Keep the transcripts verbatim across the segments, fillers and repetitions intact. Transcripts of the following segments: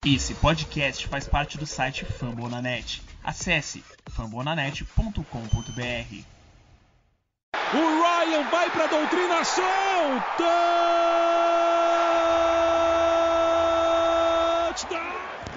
Esse podcast faz parte do site Fambonanet. Acesse fambonanet ponto com ponto b r. O Ryan vai para a doutrinação! Touchdown!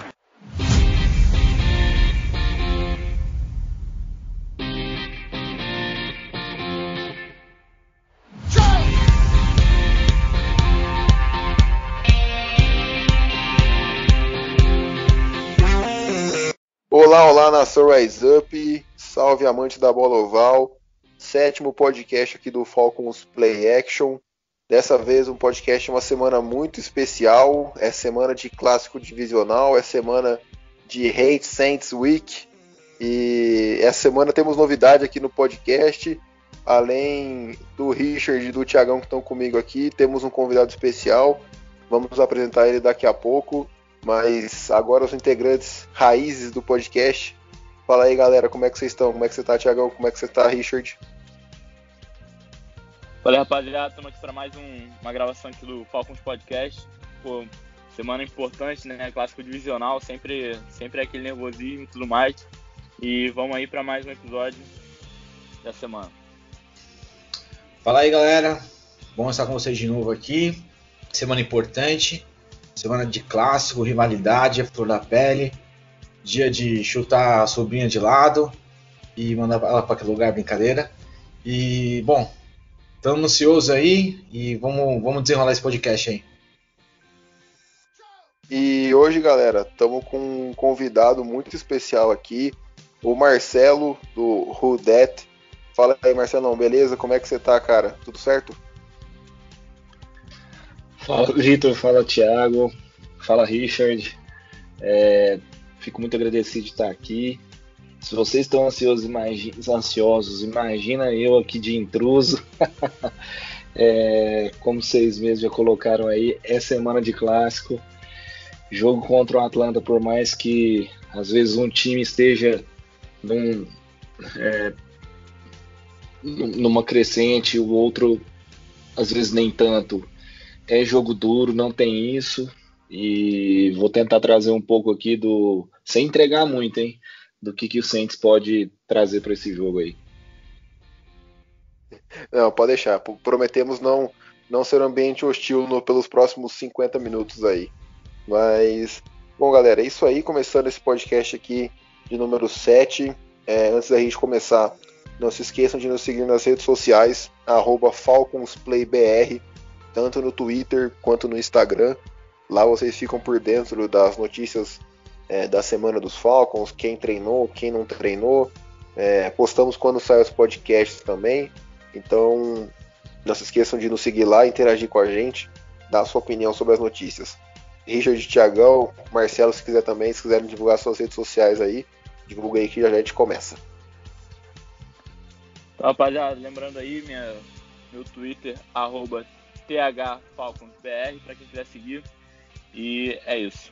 Olá, olá, nação Rise Up, salve amante da bola oval, sétimo podcast aqui do Falcons Play Action. Dessa vez um podcast uma semana muito especial, é semana de clássico divisional, é semana de Hate Saints Week e essa semana temos novidade aqui no podcast. Além do Richard e do Thiagão que estão comigo aqui, temos um convidado especial, vamos apresentar ele daqui a pouco. Mas agora os integrantes raízes do podcast. Fala aí, galera, como é que vocês estão? Como é que você tá, Thiagão? Como é que você tá, Richard? Fala aí, rapaziada, estamos aqui para mais um, uma gravação aqui do Falcons Podcast. Pô, semana importante, né? Clássico divisional, sempre, sempre é aquele nervosismo e tudo mais. E vamos aí para mais um episódio da semana. Fala aí, galera. Bom estar com vocês de novo aqui. Semana importante. Semana de clássico, rivalidade, a flor da pele. Dia de chutar a sobrinha de lado e mandar ela para aquele lugar, brincadeira. E, bom, estamos ansiosos aí e vamos, vamos desenrolar esse podcast aí. E hoje, galera, estamos com um convidado muito especial aqui, o Marcelo, do Who Dat. Fala aí, Marcelão, beleza? Como é que você tá, cara? Tudo certo? Fala, Vitor, fala, Thiago, fala, Richard. É, fico muito agradecido de estar aqui. Se vocês estão ansiosos, imagina, ansiosos imagina eu aqui de intruso. É, como vocês mesmos já colocaram aí, é semana de clássico. Jogo contra o Atlanta, por mais que às vezes um time esteja num, é, numa crescente, o outro às vezes nem tanto. É jogo duro, não tem isso, e vou tentar trazer um pouco aqui do, sem entregar muito, hein, do que, que o Saints pode trazer para esse jogo aí. Não, pode deixar, prometemos não, não ser um ambiente hostil no, pelos próximos cinquenta minutos aí, mas, bom galera, é isso aí, começando esse podcast aqui de número sete, é, antes da gente começar, não se esqueçam de nos seguir nas redes sociais, arroba FalconsPlayBR, tanto no Twitter quanto no Instagram. Lá vocês ficam por dentro das notícias é, da semana dos Falcons, quem treinou, quem não treinou. É, postamos quando saem os podcasts também. Então, não se esqueçam de nos seguir lá, interagir com a gente, dar a sua opinião sobre as notícias. Richard, Thiagão, Marcelo, se quiser também, se quiserem divulgar suas redes sociais aí, divulga aí que já já a gente começa. Então, rapaziada, lembrando aí, minha, meu Twitter, arroba thfalconsbr, para quem quiser seguir, e é isso.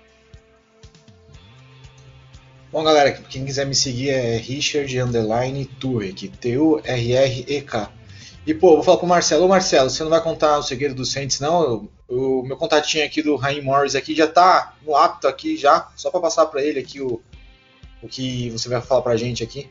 Bom, galera, quem quiser me seguir é Richard underline Turek, T U R R E K. E pô, vou falar pro Marcelo, ô Marcelo, você não vai contar o segredo dos Saints não? O meu contatinho aqui do Raheem Morris aqui já tá no apto aqui já, só para passar para ele aqui o, o que você vai falar pra gente aqui.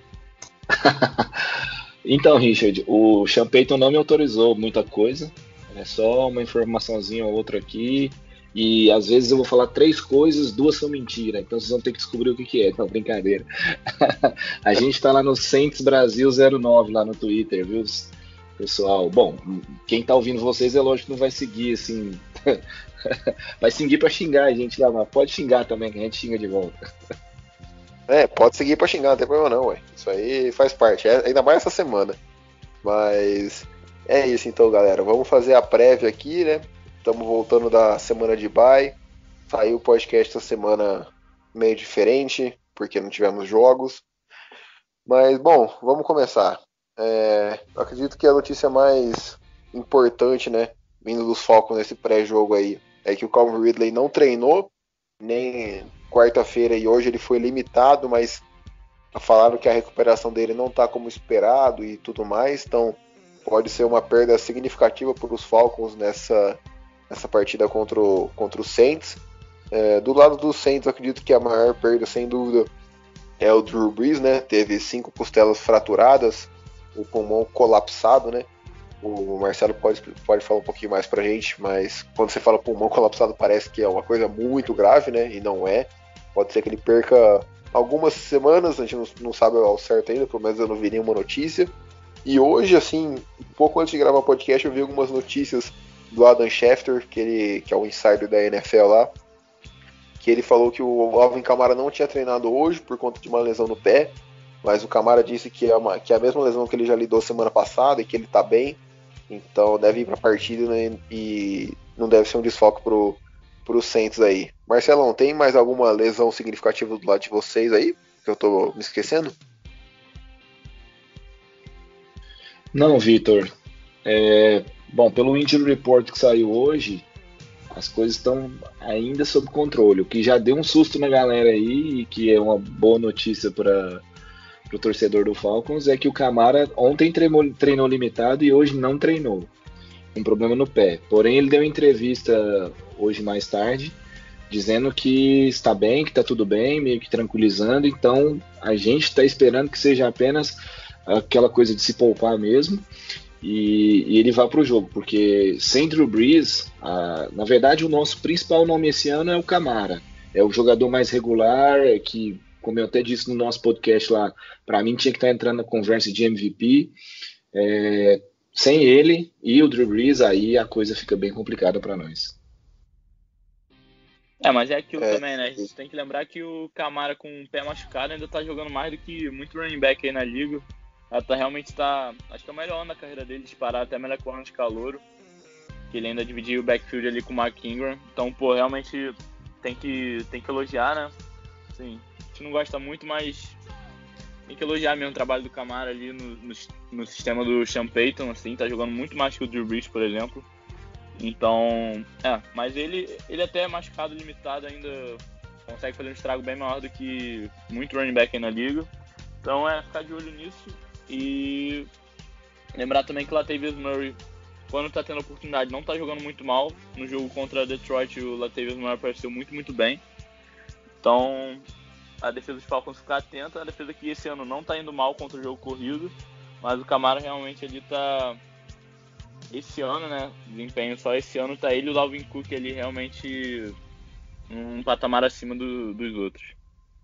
Então, Richard, o Sean Payton não me autorizou muita coisa. É só uma informaçãozinha ou outra aqui. E às vezes eu vou falar três coisas, duas são mentira. Então vocês vão ter que descobrir o que, que é. Não, brincadeira. A gente tá lá no Saints Brasil zero nove lá no Twitter, viu, pessoal? Bom, quem tá ouvindo vocês é lógico que não vai seguir assim. Vai seguir pra xingar a gente lá, mas pode xingar também, que a gente xinga de volta. É, pode seguir pra xingar, não tem problema não, ué. Isso aí faz parte, é, ainda mais essa semana. Mas é isso então, galera. Vamos fazer a prévia aqui, né? Estamos voltando da semana de bye. Saiu o podcast essa semana meio diferente, porque não tivemos jogos. Mas, bom, vamos começar. É, eu acredito que a notícia mais importante, né, vindo dos Falcons nesse pré-jogo aí, é que o Calvin Ridley não treinou, nem quarta-feira e hoje ele foi limitado, mas falaram que a recuperação dele não está como esperado e tudo mais, então pode ser uma perda significativa para os Falcons nessa, nessa partida contra o, contra o Saints. É, do lado do Saints, eu acredito que a maior perda, sem dúvida, é o Drew Brees, né? Teve cinco costelas fraturadas, o pulmão colapsado, né? O Marcelo pode, pode falar um pouquinho mais pra gente, mas quando você fala pulmão colapsado parece que é uma coisa muito grave, né? E não é. Pode ser que ele perca algumas semanas, a gente não, não sabe ao certo ainda, pelo menos eu não vi nenhuma notícia. E hoje, assim, um pouco antes de gravar o podcast, eu vi algumas notícias do Adam Schefter, que, ele, que é o insider da N F L lá, que ele falou que o Alvin Kamara não tinha treinado hoje por conta de uma lesão no pé, mas o Kamara disse que é, uma, que é a mesma lesão que ele já lidou semana passada e que ele tá bem, então deve ir pra partida, né, e não deve ser um desfalque pro, pro Saints aí. Marcelão, tem mais alguma lesão significativa do lado de vocês aí, que eu tô me esquecendo? Não, Vitor. É, bom, pelo injury report que saiu hoje, as coisas estão ainda sob controle, o que já deu um susto na galera aí, e que é uma boa notícia para o torcedor do Falcons, é que o Kamara ontem treinou, treinou limitado e hoje não treinou, um problema no pé. Porém, ele deu entrevista hoje mais tarde, dizendo que está bem, que está tudo bem, meio que tranquilizando, então a gente está esperando que seja apenas aquela coisa de se poupar mesmo, E, e ele vai para o jogo, porque sem Drew Brees, a, na verdade o nosso principal nome esse ano é o Kamara, é o jogador mais regular, é que, como eu até disse no nosso podcast lá, para mim tinha que estar entrando na conversa de M V P, é, sem ele e o Drew Brees, aí a coisa fica bem complicada para nós. É, mas é aquilo É. também, né? A gente tem que lembrar que o Kamara com o pé machucado ainda tá jogando mais do que muito running back aí na liga. Ela tá realmente tá. Acho que é o melhor ano da carreira dele, disparar até melhor que o ano de calouro. Que ele ainda dividia o backfield ali com o Mark Ingram. Então, pô, realmente tem que, tem que elogiar, né? Assim, a gente não gosta muito, mas tem que elogiar mesmo o trabalho do Kamara ali no, no, no sistema do Sean Payton, assim, tá jogando muito mais que o Drew Brees, por exemplo. Então, é, mas ele, ele até é machucado, limitado, ainda consegue fazer um estrago bem maior do que muito running back aí na liga. Então é ficar de olho nisso. E lembrar também que o Latavius Murray, quando tá tendo oportunidade, não tá jogando muito mal. No jogo contra Detroit, o Latavius Murray apareceu muito, muito bem. Então, a defesa dos Falcons ficar atenta. A defesa que esse ano não tá indo mal contra o jogo corrido, mas o Kamara realmente ali tá... Esse ano, né, desempenho só esse ano, tá ele e o Dalvin Cook ali realmente um patamar acima do, dos outros.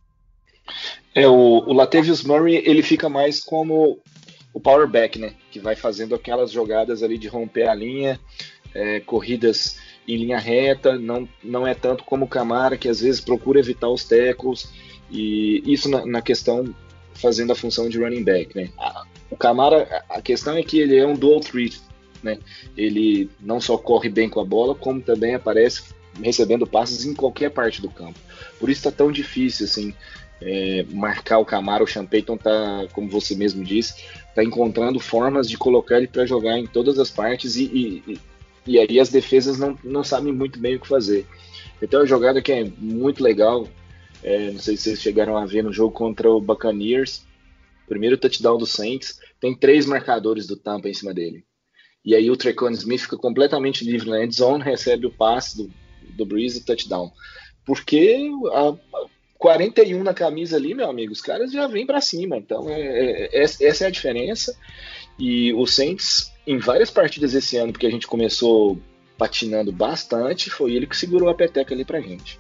É, o, o Latavius Murray, ele fica mais como o power back, né? Que vai fazendo aquelas jogadas ali de romper a linha, é, corridas em linha reta, não, não é tanto como o Kamara, que às vezes procura evitar os tackles, e isso na, na questão fazendo a função de running back, né? A, o Kamara, a questão é que ele é um dual threat, né? Ele não só corre bem com a bola, como também aparece recebendo passes em qualquer parte do campo. Por isso está tão difícil assim, é, marcar o Kamara. O Sean Payton tá, como você mesmo disse, tá encontrando formas de colocar ele para jogar em todas as partes, e, e, e aí as defesas não, não sabem muito bem o que fazer. Então é uma jogada que é muito legal, é, não sei se vocês chegaram a ver no jogo contra o Buccaneers, primeiro touchdown do Saints, tem três marcadores do Tampa em cima dele. E aí o Tre'Quan Smith fica completamente livre na end zone, recebe o passe do, do Breeze e touchdown. Porque a, a quarenta e um na camisa ali, meu amigo, os caras já vêm para cima. Então é, é, essa é a diferença. E o Saints, em várias partidas esse ano, porque a gente começou patinando bastante, foi ele que segurou a peteca ali pra gente.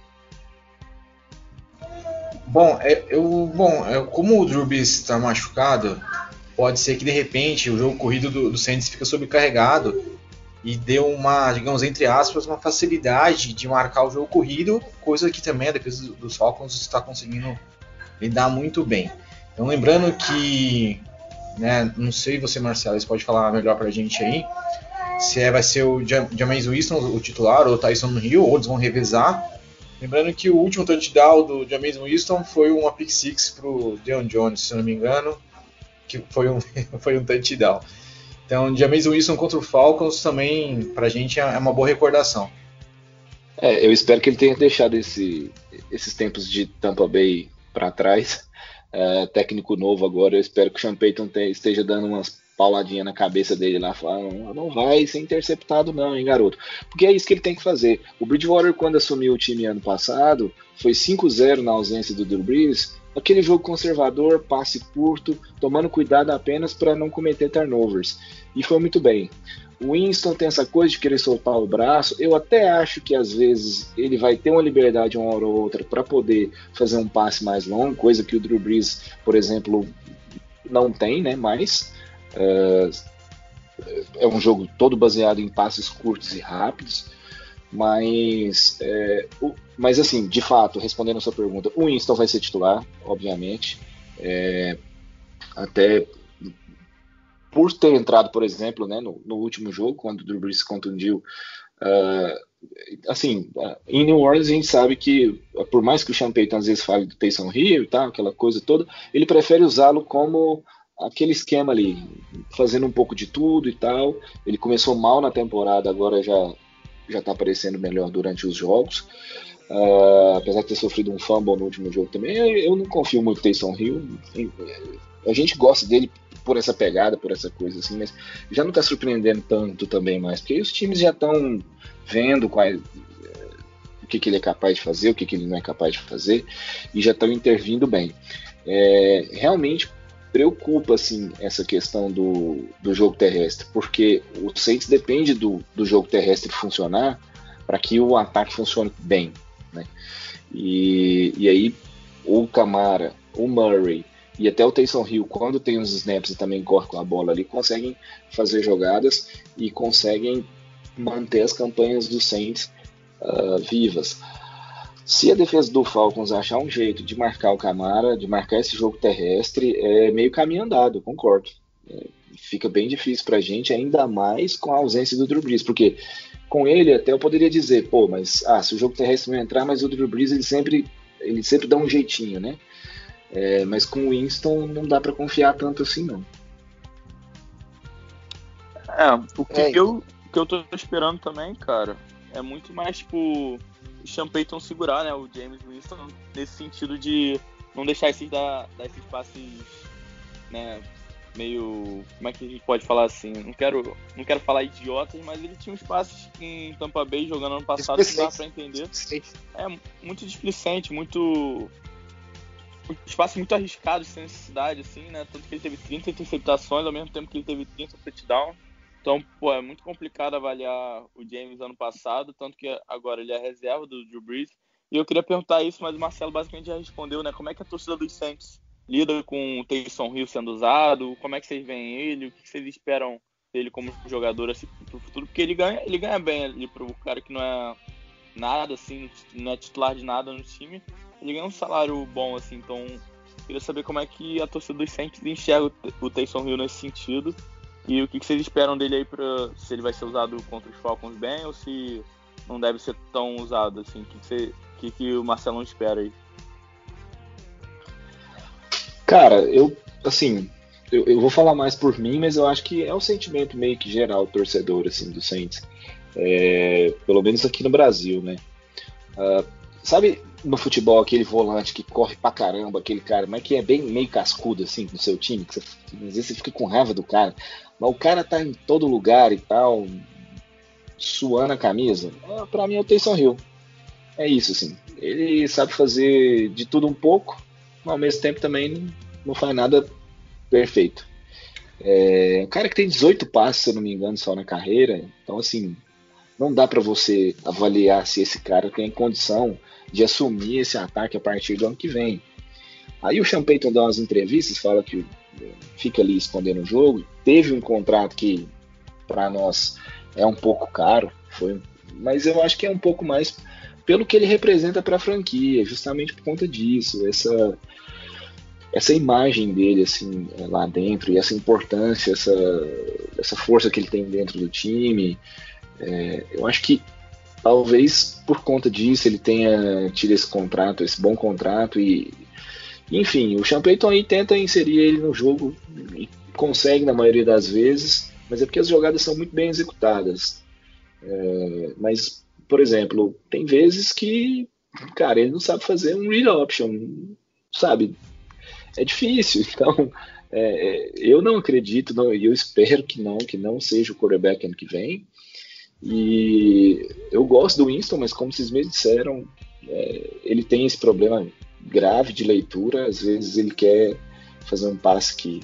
Bom, é, eu, bom é, como o Drew Brees está machucado, pode ser que de repente o jogo corrido do, do Saints fica sobrecarregado e deu uma, digamos, entre aspas, uma facilidade de marcar o jogo corrido, coisa que também a defesa dos Falcons está conseguindo lidar muito bem. Então, lembrando que, né, não sei você, Marcelo, você pode falar melhor pra gente aí, se é, vai ser o Jameis Winston o titular ou o Tyson Hill, ou eles vão revezar. Lembrando que o último touchdown do Jameis Winston foi uma pick six pro Deion Jones, se eu não me engano, que foi um, foi um touchdown. Então, Jameis Winston contra o Falcons também, pra gente, é uma boa recordação. É, eu espero que ele tenha deixado esse, esses tempos de Tampa Bay para trás. É, técnico novo agora, eu espero que o Sean Payton te, esteja dando umas pauladinha na cabeça dele lá, falando, não vai ser interceptado não, hein, garoto. Porque é isso que ele tem que fazer. O Bridgewater, quando assumiu o time ano passado, foi cinco a zero na ausência do Drew Brees, aquele jogo conservador, passe curto, tomando cuidado apenas para não cometer turnovers. E foi muito bem. O Winston tem essa coisa de querer soltar o braço. Eu até acho que às vezes ele vai ter uma liberdade uma hora ou outra para poder fazer um passe mais longo, coisa que o Drew Brees, por exemplo, não tem, né? Mas uh, é um jogo todo baseado em passes curtos e rápidos. Mas, é, o, mas assim, de fato, respondendo a sua pergunta, o Winston vai ser titular, obviamente. É, até por ter entrado, por exemplo, né, no, no último jogo, quando o Drew Brees se contundiu, uh, assim, uh, em New Orleans a gente sabe que, por mais que o Sean Payton às vezes fale do Taysom Hill e tal, aquela coisa toda, ele prefere usá-lo como aquele esquema ali, fazendo um pouco de tudo e tal. Ele começou mal na temporada, agora já já está aparecendo melhor durante os jogos. Uh, apesar de ter sofrido um fumble no último jogo também, eu, eu não confio muito no Taysom Hill. A gente gosta dele por essa pegada, por essa coisa assim, mas já não está surpreendendo tanto também mais, porque aí os times já estão vendo quais, o que, que ele é capaz de fazer, o que, que ele não é capaz de fazer, e já estão intervindo bem. É, realmente preocupa assim, essa questão do, do jogo terrestre, porque o Saints depende do, do jogo terrestre funcionar para que o ataque funcione bem, né? E, e aí o Kamara, o Murray e até o Taysom Hill, quando tem uns snaps e também corre com a bola ali, conseguem fazer jogadas e conseguem manter as campanhas do Saints uh, vivas. Se a defesa do Falcons achar um jeito de marcar o Kamara, de marcar esse jogo terrestre, é meio caminho andado, concordo. É, fica bem difícil pra gente, ainda mais com a ausência do Drew Brees, porque com ele até eu poderia dizer, pô, mas ah, se o jogo terrestre não entrar, mas o Drew Brees ele sempre, ele sempre dá um jeitinho, né? É, mas com o Winston não dá pra confiar tanto assim, não. É, o que, É, eu, o que eu tô esperando também, cara, é muito mais, tipo, o Sean Payton segurar, né, o James Winston nesse sentido de não deixar esses, dar, dar esses passes, né, meio, como é que a gente pode falar assim, não quero, não quero falar idiotas, mas ele tinha uns passes em Tampa Bay jogando ano passado que dá pra entender. É muito displicente, muito... espaços muito arriscados, sem necessidade, assim, né? Tanto que ele teve trinta interceptações, ao mesmo tempo que ele teve trinta touchdowns. Então, pô, é muito complicado avaliar o James ano passado, tanto que agora ele é reserva do Drew Brees. E eu queria perguntar isso, mas o Marcelo basicamente já respondeu, né? Como é que a torcida dos Saints lida com o Taysom Hill sendo usado? Como é que vocês veem ele? O que vocês esperam dele como jogador assim, pro futuro? Porque ele ganha, ele ganha bem ali pro cara que não é nada, assim, não é titular de nada no time. Ele ganha um salário bom, assim, então queria saber como é que a torcida dos Saints enxerga o Taysom Hill nesse sentido e o que vocês esperam dele aí, pra, se ele vai ser usado contra os Falcons bem ou se não deve ser tão usado, assim, o que, que, você, que, que o Marcelão espera aí? Cara, eu, assim, eu, eu vou falar mais por mim, mas eu acho que é um sentimento meio que geral, torcedor, assim, do Saints, é, pelo menos aqui no Brasil, né? Uh, sabe no futebol aquele volante que corre pra caramba, aquele cara, mas que é bem meio cascudo assim no seu time, que você, às vezes você fica com raiva do cara, mas o cara tá em todo lugar e tal, suando a camisa. É, pra mim é o Taysom Hill. É isso, assim. Ele sabe fazer de tudo um pouco, mas ao mesmo tempo também não, não faz nada perfeito. É um cara que tem dezoito passes, se eu não me engano, só na carreira. Então, assim, não dá pra você avaliar se esse cara tem condição de assumir esse ataque a partir do ano que vem. Aí o Sean Payton dá umas entrevistas, fala que fica ali escondendo o jogo. Teve um contrato que para nós é um pouco caro, foi, mas eu acho que é um pouco mais pelo que ele representa para a franquia, justamente por conta disso, essa essa imagem dele assim lá dentro e essa importância, essa essa força que ele tem dentro do time. É, eu acho que talvez por conta disso ele tenha tido esse contrato, esse bom contrato e, enfim, o Sean Payton aí tenta inserir ele no jogo e consegue na maioria das vezes, mas é porque as jogadas são muito bem executadas. É, mas, por exemplo, tem vezes que, cara, ele não sabe fazer um read option, sabe? é difícil. Então, é, eu não acredito, não, e eu espero que não, que não seja o quarterback ano que vem. E eu gosto do Winston, mas como vocês me disseram, é, ele tem esse problema grave de leitura. Às vezes ele quer fazer um passe que,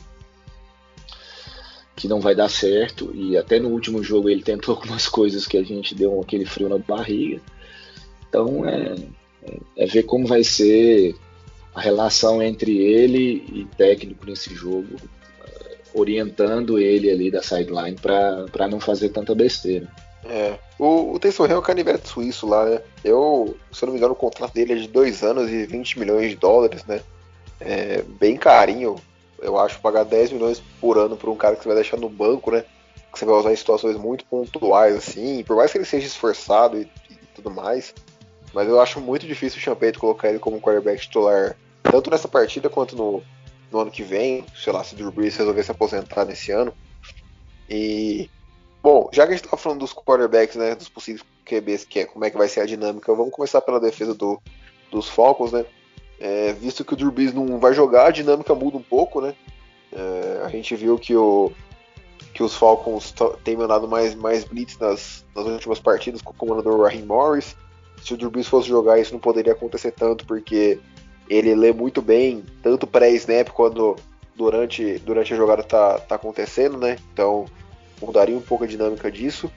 que não vai dar certo, e até no último jogo ele tentou algumas coisas que a gente deu aquele frio na barriga. Então é, é ver como vai ser a relação entre ele e técnico nesse jogo, orientando ele ali da sideline para não fazer tanta besteira. É, o, o Taysom Hill é um canivete suíço lá, né? Eu, se eu não me engano, o contrato dele é de dois anos e vinte milhões de dólares, né? É bem carinho, eu acho, pagar dez milhões por ano por um cara que você vai deixar no banco, né? Que você vai usar em situações muito pontuais, assim, por mais que ele seja esforçado e, e tudo mais, mas eu acho muito difícil o Sean Payton colocar ele como quarterback titular, tanto nessa partida quanto no, no ano que vem, sei lá, se o Drew Brees resolver se aposentar nesse ano. E bom, já que a gente estava falando dos quarterbacks, né, dos possíveis Q Bs, que é como é que vai ser a dinâmica, vamos começar pela defesa do, dos Falcons, né? É, visto que o Drew Brees não vai jogar, a dinâmica muda um pouco, né? É, a gente viu que, o, que os Falcons t- têm mandado mais, mais blitz nas, nas últimas partidas com o comandador Raheem Morris. Se o Drew Brees fosse jogar, isso não poderia acontecer tanto, porque ele lê muito bem, tanto pré-snap quanto durante, durante a jogada tá, tá acontecendo, né? Então mudaria um pouco a dinâmica disso.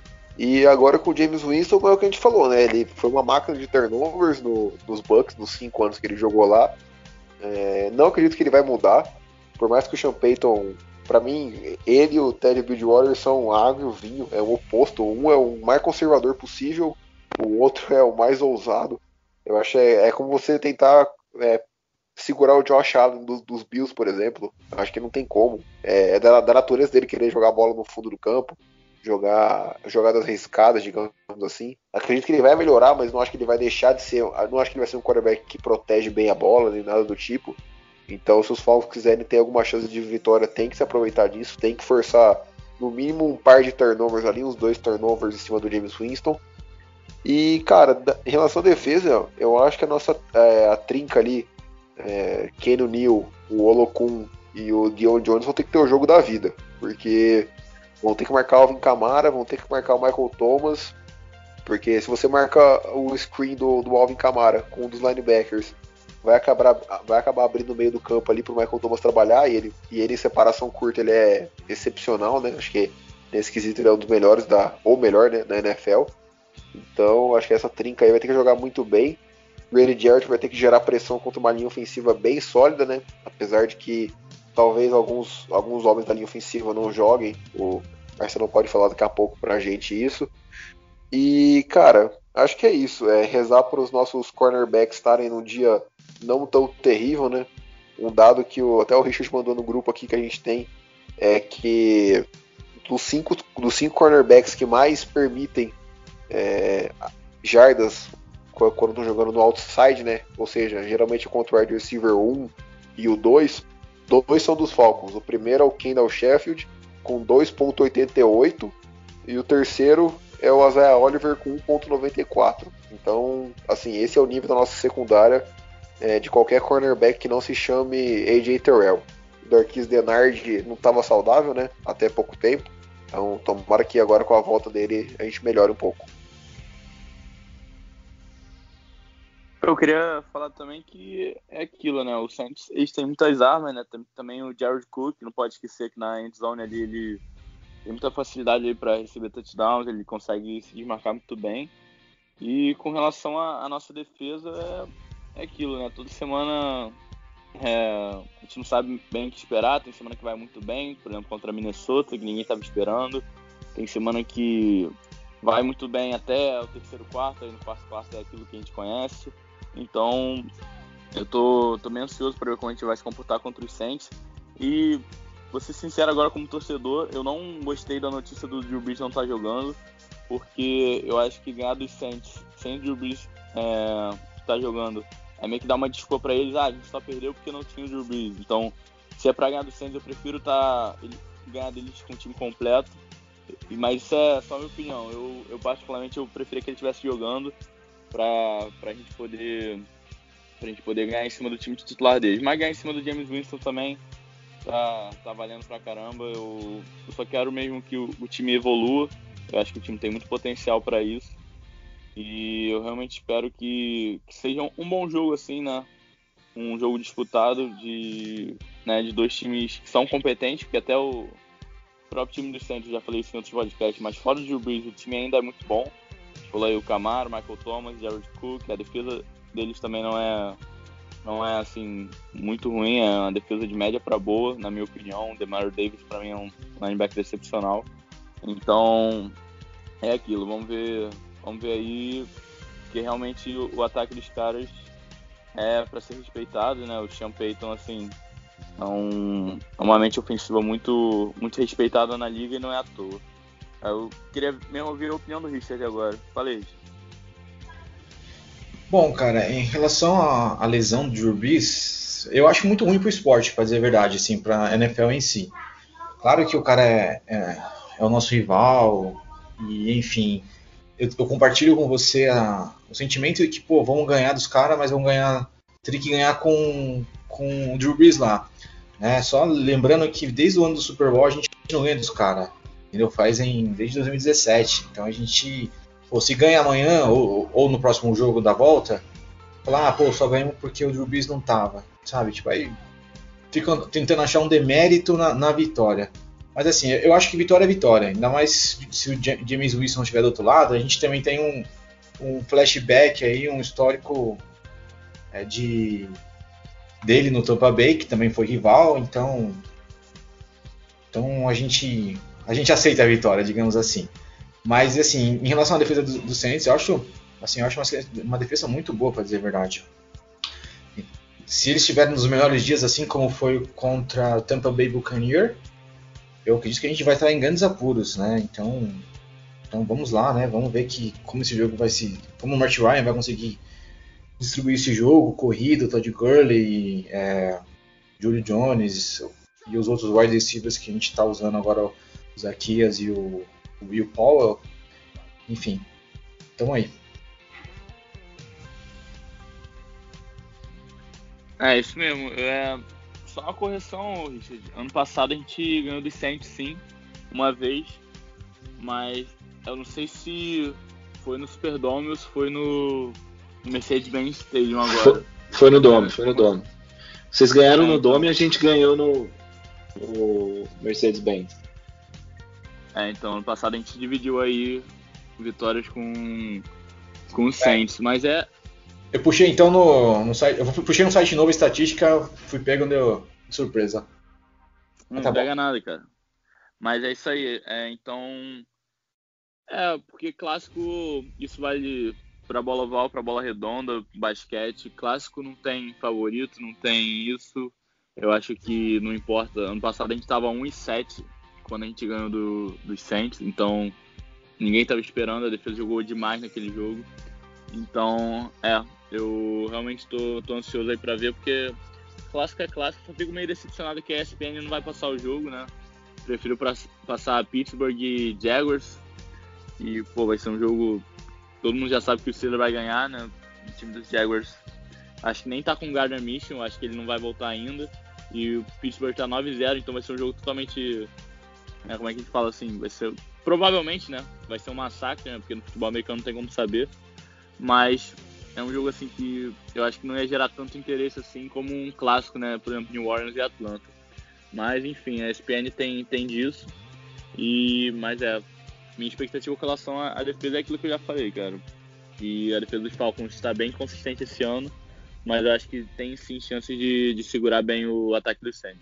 E agora com o James Winston é o que a gente falou, né? Ele foi uma máquina de turnovers no, nos Bucks, nos cinco anos que ele jogou lá. É, não acredito que ele vai mudar, por mais que o Sean Payton, pra mim, ele e o Teddy Bridgewater são água e o vinho, é o oposto. Um é o mais conservador possível, o outro é o mais ousado. Eu acho que é, é como você tentar é, segurar o Josh Allen dos, dos Bills, por exemplo. Eu acho que não tem como. É, é da, da natureza dele querer jogar a bola no fundo do campo, jogar jogadas arriscadas, digamos assim. Acredito que ele vai melhorar, mas não acho que ele vai deixar de ser, não acho que ele vai ser um quarterback que protege bem a bola, nem nada do tipo. Então, se os Falcons quiserem ter alguma chance de vitória, tem que se aproveitar disso, tem que forçar no mínimo um par de turnovers ali, uns dois turnovers em cima do James Winston. E, cara, em relação à defesa, eu acho que a nossa é, a trinca ali, é, Keanu Neal, o Olokun e o Dion Jones vão ter que ter o jogo da vida, porque vão ter que marcar o Alvin Kamara, vão ter que marcar o Michael Thomas, porque se você marca o screen do, do Alvin Kamara com um dos linebackers, vai acabar, vai acabar abrindo o meio do campo ali pro Michael Thomas trabalhar, e ele, e ele em separação curta ele é excepcional, né? Acho que nesse quesito ele é um dos melhores, da, ou melhor, né, da N F L. Então acho que essa trinca aí vai ter que jogar muito bem. O Grady Jarrett vai ter que gerar pressão contra uma linha ofensiva bem sólida, né? Apesar de que talvez alguns, alguns homens da linha ofensiva não joguem. O Marcelo pode falar daqui a pouco pra gente isso. E, cara, acho que é isso. É rezar para os nossos cornerbacks estarem num dia não tão terrível, né? Um dado que o, até o Richard mandou no grupo aqui que a gente tem é que dos cinco, dos cinco cornerbacks que mais permitem é, jardas quando estão jogando no outside, né? Ou seja, geralmente contra o wide receiver um e o dois, dois são dos Falcons. O primeiro é o Kendall Sheffield com dois ponto oitenta e oito e o terceiro é o Isaiah Oliver com um ponto noventa e quatro. Então, assim, esse é o nível da nossa secundária é, de qualquer cornerback que não se chame A J Terrell. O Darquise Dennard não estava saudável, né? Até pouco tempo. Então, tomara que agora com a volta dele a gente melhore um pouco. Eu queria falar também que é aquilo, né? O Saints, eles têm muitas armas, né? Tem também o Jared Cook, não pode esquecer que na endzone ali ele tem muita facilidade para receber touchdowns, ele consegue se desmarcar muito bem. E com relação à nossa defesa, é, é aquilo, né? Toda semana é, a gente não sabe bem o que esperar. Tem semana que vai muito bem, por exemplo, contra a Minnesota, que ninguém estava esperando. Tem semana que vai muito bem até o terceiro quarto, aí no quarto quarto é aquilo que a gente conhece. Então, eu tô, tô meio ansioso para ver como a gente vai se comportar contra os Saints. E, vou ser sincero agora como torcedor, eu não gostei da notícia do Drew Brees não estar jogando, porque eu acho que ganhar dos Saints sem o Drew Brees é, estar jogando é meio que dar uma desculpa para eles. Ah, a gente só perdeu porque não tinha o Drew Brees. Então, se é para ganhar dos Saints, eu prefiro tá, ele, ganhar deles com o time completo. Mas isso é só a minha opinião. Eu, eu particularmente, eu preferia que ele estivesse jogando para a gente poder pra gente poder ganhar em cima do time titular deles. Mas ganhar em cima do James Winston também tá, tá valendo pra caramba. Eu, eu só quero mesmo que o, o time evolua. Eu acho que o time tem muito potencial para isso. E eu realmente espero que, que seja um, um bom jogo, assim, né? Um jogo disputado de, né, de dois times que são competentes, porque até o próprio time do Santos, já falei isso em outros podcasts, mas fora do Drew Brees, o time ainda é muito bom. Falou aí o Camaro, Michael Thomas, Jared Cook, a defesa deles também não é, não é assim, muito ruim, é uma defesa de média para boa, na minha opinião. O Demario Davis, para mim, é um linebacker excepcional. Então, é aquilo, vamos ver, vamos ver aí, que realmente o, o ataque dos caras é para ser respeitado, né? O Sean Payton, assim, é, um, é uma mente ofensiva muito, muito respeitada na liga e não é à toa. Eu queria mesmo ouvir a opinião do Richard agora. Falei, Richard. Bom, cara, em relação à, à lesão do Drew Brees, eu acho muito ruim pro esporte, pra dizer a verdade, assim, pra N F L em si. Claro que o cara é, é, é o nosso rival, e enfim, eu, eu compartilho com você a, o sentimento de que, pô, vamos ganhar dos caras, mas vamos ganhar, teria que ganhar com, com o Drew Brees lá. Né? Só lembrando que desde o ano do Super Bowl a gente não ganha dos caras, entendeu? Faz em, desde dois mil e dezessete, então a gente, pô, se ganha amanhã ou, ou no próximo jogo da volta, falar, ah, pô, só ganhamos porque o Drew Brees não tava, sabe? Tipo, aí ficam tentando achar um demérito na, na vitória. Mas assim, eu acho que vitória é vitória. Ainda mais se o James Winston estiver do outro lado, a gente também tem um, um flashback aí, um histórico é, de dele no Tampa Bay, que também foi rival, então, então a gente a gente aceita a vitória, digamos assim. Mas assim, em relação à defesa do, do Saints, eu acho, assim, eu acho uma, uma defesa muito boa, para dizer a verdade. Se eles estiverem nos melhores dias, assim como foi contra o Tampa Bay Buccaneers, eu acredito que a gente vai estar em grandes apuros, né? Então, então vamos lá, né? Vamos ver que, como esse jogo vai se... Como o Matt Ryan vai conseguir distribuir esse jogo, corrido, Todd Gurley, é, Julio Jones e os outros wide receivers que a gente está usando agora, o Zacchaeus e o, o Will Powell. Enfim, tamo aí. É, isso mesmo. É... Só uma correção, Richard. Ano passado a gente ganhou dos Saints, sim, uma vez. Mas eu não sei se foi no Superdome ou se foi no, no Mercedes-Benz Stadium agora. Foi, foi no Dome, foi no Dome. Vocês ganharam é, no Dome e a gente ganhou no, no Mercedes-Benz. É, então, ano passado a gente dividiu aí vitórias com, com os Saints. Mas é... Eu puxei então no, no site, eu puxei no site novo estatística, fui pego deu surpresa. Não tá pega bom. nada, cara. Mas é isso aí. É, então, é porque clássico isso vale para bola oval, para bola redonda, basquete. Clássico não tem favorito, não tem isso. Eu acho que não importa. Ano passado a gente tava um e sete quando a gente ganhou do, dos Saints, então ninguém tava esperando. A defesa jogou demais naquele jogo. Então, é, eu realmente tô, tô ansioso aí pra ver, porque clássico é clássico, só fico meio decepcionado que a E S P N não vai passar o jogo, né? Prefiro pra, passar Pittsburgh e Jaguars, e, pô, vai ser um jogo, todo mundo já sabe que o Steelers vai ganhar, né? O time dos Jaguars, acho que nem tá com o Gardner Minshew, acho que ele não vai voltar ainda, e o Pittsburgh tá nove a zero, então vai ser um jogo totalmente, né, como é que a gente fala assim, vai ser, provavelmente, né, vai ser um massacre, né, porque no futebol americano não tem como saber. Mas é um jogo assim que eu acho que não ia gerar tanto interesse assim como um clássico, né? Por exemplo, New Orleans e Atlanta. Mas enfim, a E S P N tem, tem disso. E, mas é, minha expectativa com relação à defesa é aquilo que eu já falei, cara. E a defesa dos Falcons está bem consistente esse ano, mas eu acho que tem sim chances de, de segurar bem o ataque dos Saints.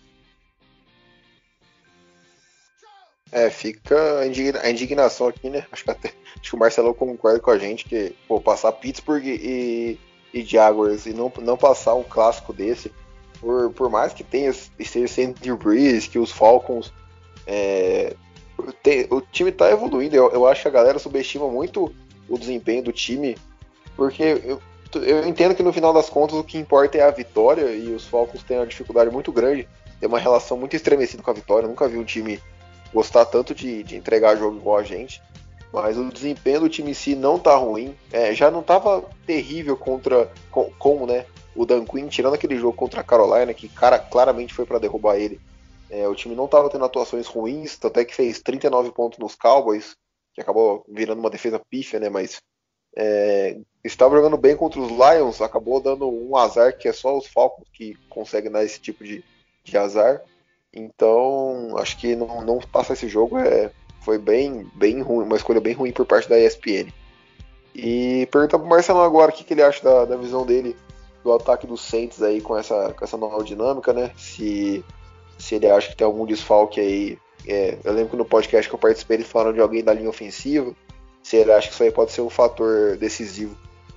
É, fica a indigna- a indignação aqui, né? Acho que, até, acho que o Marcelo concorda com a gente que, pô, passar Pittsburgh e, e Jaguars e não, não passar um clássico desse, por, por mais que tenha esteja sendo Drew Brees, que os Falcons, é, tem, o time tá evoluindo. Eu, eu acho que a galera subestima muito o desempenho do time, porque eu, eu entendo que no final das contas o que importa é a vitória, e os Falcons têm uma dificuldade muito grande, tem uma relação muito estremecida com a vitória. Eu nunca vi um time gostar tanto de, de entregar jogo igual a gente, mas o desempenho do time em si não tá ruim, é, já não tava terrível contra, com, como, né, o Dan Quinn, tirando aquele jogo contra a Carolina, que cara, claramente foi para derrubar ele, é, o time não estava tendo atuações ruins, até que fez trinta e nove pontos nos Cowboys, que acabou virando uma defesa pífia, né? Mas é, estava jogando bem contra os Lions, acabou dando um azar que é só os Falcons que conseguem dar esse tipo de, de azar. Então, acho que não, não passar esse jogo é, foi bem, bem ruim, uma escolha bem ruim por parte da E S P N. E perguntar pro Marcelo agora o que, que ele acha da, da visão dele do ataque dos Saints aí com essa, com essa nova dinâmica, né? Se, se ele acha que tem algum desfalque aí. É, eu lembro que no podcast que eu participei eles falaram de alguém da linha ofensiva. Se ele acha que isso aí pode ser um fator decisivo.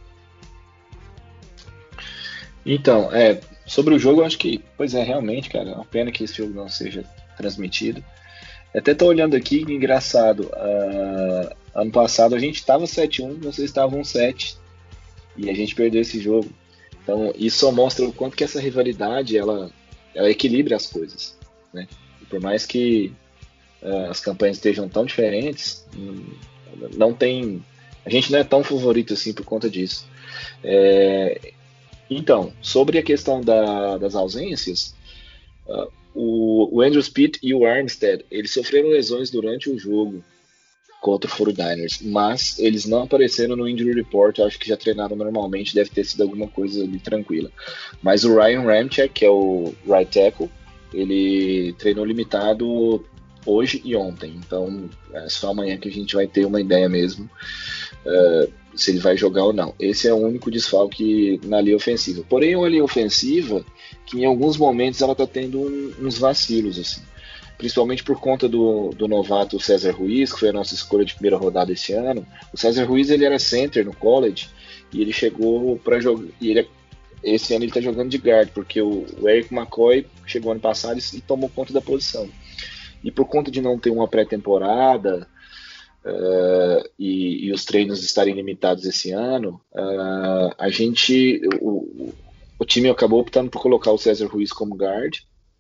Então, é, sobre o jogo, eu acho que, pois é, realmente, cara, é uma pena que esse jogo não seja transmitido. Até tô olhando aqui, engraçado, uh, ano passado a gente estava sete a um, vocês estavam sete, e a gente perdeu esse jogo. Então, isso só mostra o quanto que essa rivalidade, ela, ela equilibra as coisas, né? E por mais que uh, as campanhas estejam tão diferentes, não tem, a gente não é tão favorito assim por conta disso. É, então, sobre a questão da, das ausências, uh, o, o Andrew Speed e o Armstead, eles sofreram lesões durante o jogo contra o forty-niners, mas eles não apareceram no Injury Report. Eu acho que já treinaram normalmente, deve ter sido alguma coisa ali tranquila. Mas o Ryan Ramczyk, que é o right tackle, ele treinou limitado hoje e ontem, então é só amanhã que a gente vai ter uma ideia mesmo uh, se ele vai jogar ou não. Esse é o único desfalque na linha ofensiva. Porém, uma linha ofensiva que em alguns momentos ela está tendo um, uns vacilos, assim, principalmente por conta do, do novato César Ruiz, que foi a nossa escolha de primeira rodada esse ano. O César Ruiz, ele era center no college e ele chegou para jogar, e ele, esse ano ele está jogando de guard, porque o, o Eric McCoy chegou ano passado e, e tomou conta da posição. E por conta de não ter uma pré-temporada uh, e, e os treinos estarem limitados esse ano, uh, a gente, o, o time acabou optando por colocar o César Ruiz como guard.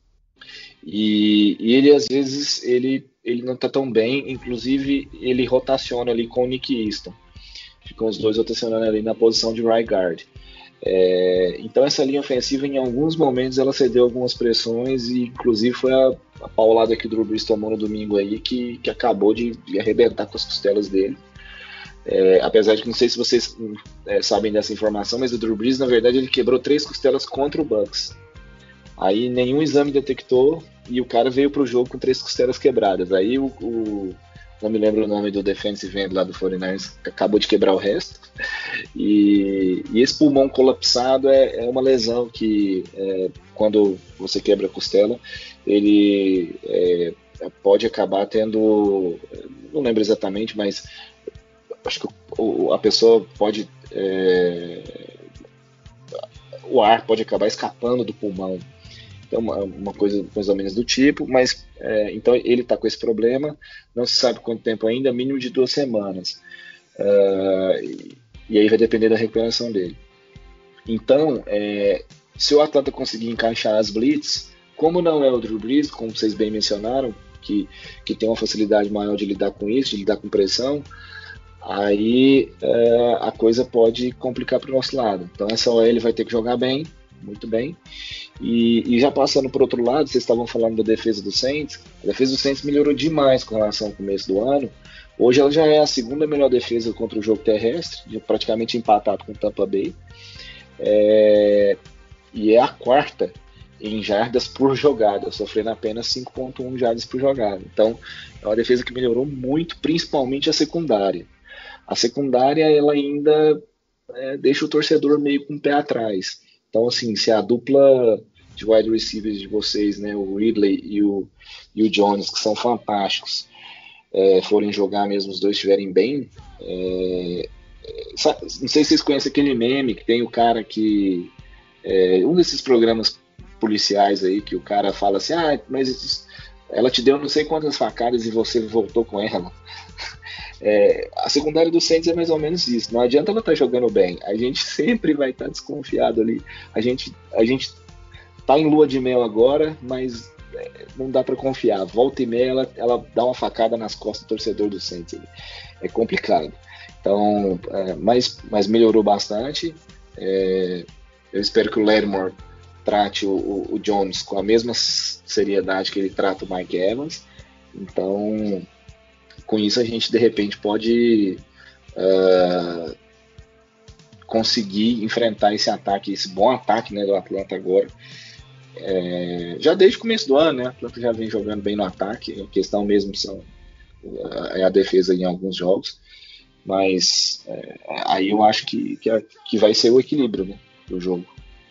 E, e ele às vezes ele, ele não está tão bem, inclusive ele rotaciona ali com o Nick Easton. Ficam os dois rotacionando ali na posição de right guard. É, então essa linha ofensiva em alguns momentos ela cedeu algumas pressões e inclusive foi a, a paulada que o Drew Brees tomou no domingo aí que, que acabou de, de arrebentar com as costelas dele. É, apesar de que não sei se vocês é, sabem dessa informação, mas o Drew Brees na verdade ele quebrou três costelas contra o Bucs. Aí nenhum exame detectou e o cara veio pro jogo com três costelas quebradas. Aí o, o não me lembro o nome do defensive end lá do forty-niners, acabou de quebrar o resto. E, e esse pulmão colapsado é, é uma lesão que, é, quando você quebra a costela, ele é, pode acabar tendo, não lembro exatamente, mas acho que o, a pessoa pode, é, o ar pode acabar escapando do pulmão. Então, uma, uma coisa mais ou menos do tipo, mas é, então ele está com esse problema, não se sabe quanto tempo ainda, mínimo de duas semanas. Uh, e, e aí vai depender da recuperação dele. Então, é, se o Atlanta conseguir encaixar as blitz, como não é o Drew Brees, como vocês bem mencionaram, que, que tem uma facilidade maior de lidar com isso, de lidar com pressão, aí é, a coisa pode complicar para o nosso lado. Então essa O L vai ter que jogar bem, muito bem. E, e já passando por outro lado, vocês estavam falando da defesa do Saints. A defesa do Saints melhorou demais com relação ao começo do ano. Hoje ela já é a segunda melhor defesa contra o jogo terrestre, praticamente empatado com o Tampa Bay. É, e é a quarta em jardas por jogada, sofrendo apenas cinco vírgula um jardas por jogada. Então é uma defesa que melhorou muito, principalmente a secundária. A secundária ela ainda é, deixa o torcedor meio com o pé atrás. Então, assim, se a dupla de wide receivers de vocês, né, o Ridley e o, e o Jones, que são fantásticos, é, forem jogar mesmo, os dois estiverem bem, é, não sei se vocês conhecem aquele meme que tem o cara que, é, um desses programas policiais aí, que o cara fala assim, ah, mas ela te deu não sei quantas facadas e você voltou com ela. É, a secundária do Saints é mais ou menos isso. Não adianta ela estar tá jogando bem, a gente sempre vai estar tá desconfiado ali. A gente, a gente tá em lua de mel agora, mas é, não dá para confiar. Volta e meia ela, ela dá uma facada nas costas do torcedor do Saints ali. É complicado. Então, é, mas, mas melhorou bastante. É, eu espero que o Lattimore trate o, o, o Jones com a mesma seriedade que ele trata o Mike Evans. Então, com isso a gente de repente pode uh, conseguir enfrentar esse ataque, esse bom ataque, né, do Atlanta agora. É, já desde o começo do ano, né? O Atlanta já vem jogando bem no ataque. A questão mesmo são, é a defesa em alguns jogos. Mas é, aí eu acho que, que, que vai ser o equilíbrio, né, do jogo.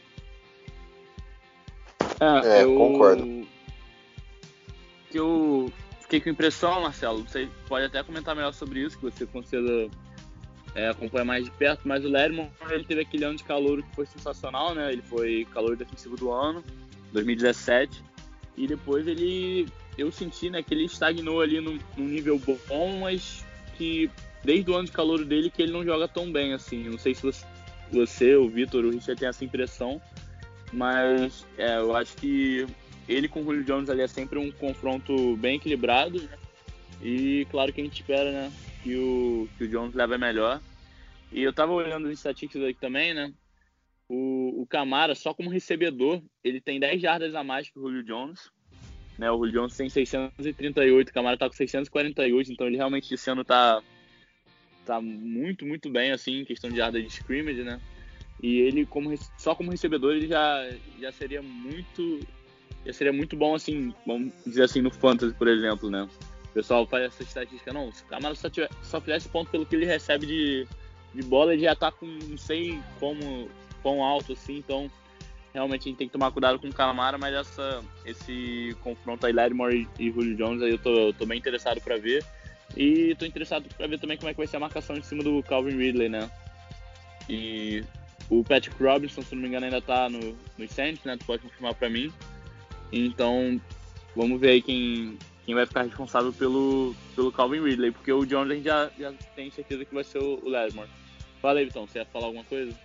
É, É, eu concordo. Que eu fiquei com impressão, Marcelo. Você pode até comentar melhor sobre isso, que você considera é, acompanha mais de perto. Mas o Lattimore, ele teve aquele ano de calouro que foi sensacional, né? Ele foi calouro defensivo do ano, dois mil e dezessete, e depois ele, eu senti, né, que ele estagnou ali num, num nível bom, mas que desde o ano de calouro dele que ele não joga tão bem assim. Não sei se você, você o Vitor, o Richard tem essa impressão, mas é, eu acho que ele com o Julio Jones ali é sempre um confronto bem equilibrado, né? E claro que a gente espera, né, que o, que o Jones leve a melhor. E eu tava olhando as estatísticas aqui também, né? O, o Camara, só como recebedor, ele tem dez jardas a mais que o Julio Jones, né? O Julio Jones tem seiscentos e trinta e oito, o Camara tá com seiscentos e quarenta e oito, então ele realmente esse ano tá, tá muito, muito bem, assim, em questão de jardas de scrimmage, né? E ele, como, só como recebedor, ele já, já seria muito já seria muito bom, assim, vamos dizer assim, no Fantasy, por exemplo, né? O pessoal faz essa estatística, não, se o Camara só, tiver, só fizesse ponto pelo que ele recebe de, de bola, ele já tá com, não sei como, quão alto, assim, então realmente a gente tem que tomar cuidado com o Camara, mas essa, esse confronto aí, Lattimore e, e Julio Jones, aí eu tô, tô bem interessado pra ver. E tô interessado pra ver também como é que vai ser a marcação em cima do Calvin Ridley, né? E o Patrick Robinson, se não me engano, ainda tá no, no Saints, né? Tu pode confirmar pra mim. Então, vamos ver aí quem, quem vai ficar responsável pelo, pelo Calvin Ridley, porque o Jones a gente já, já tem certeza que vai ser o, o Lattimore. Fala aí, Vitão, você ia falar alguma coisa?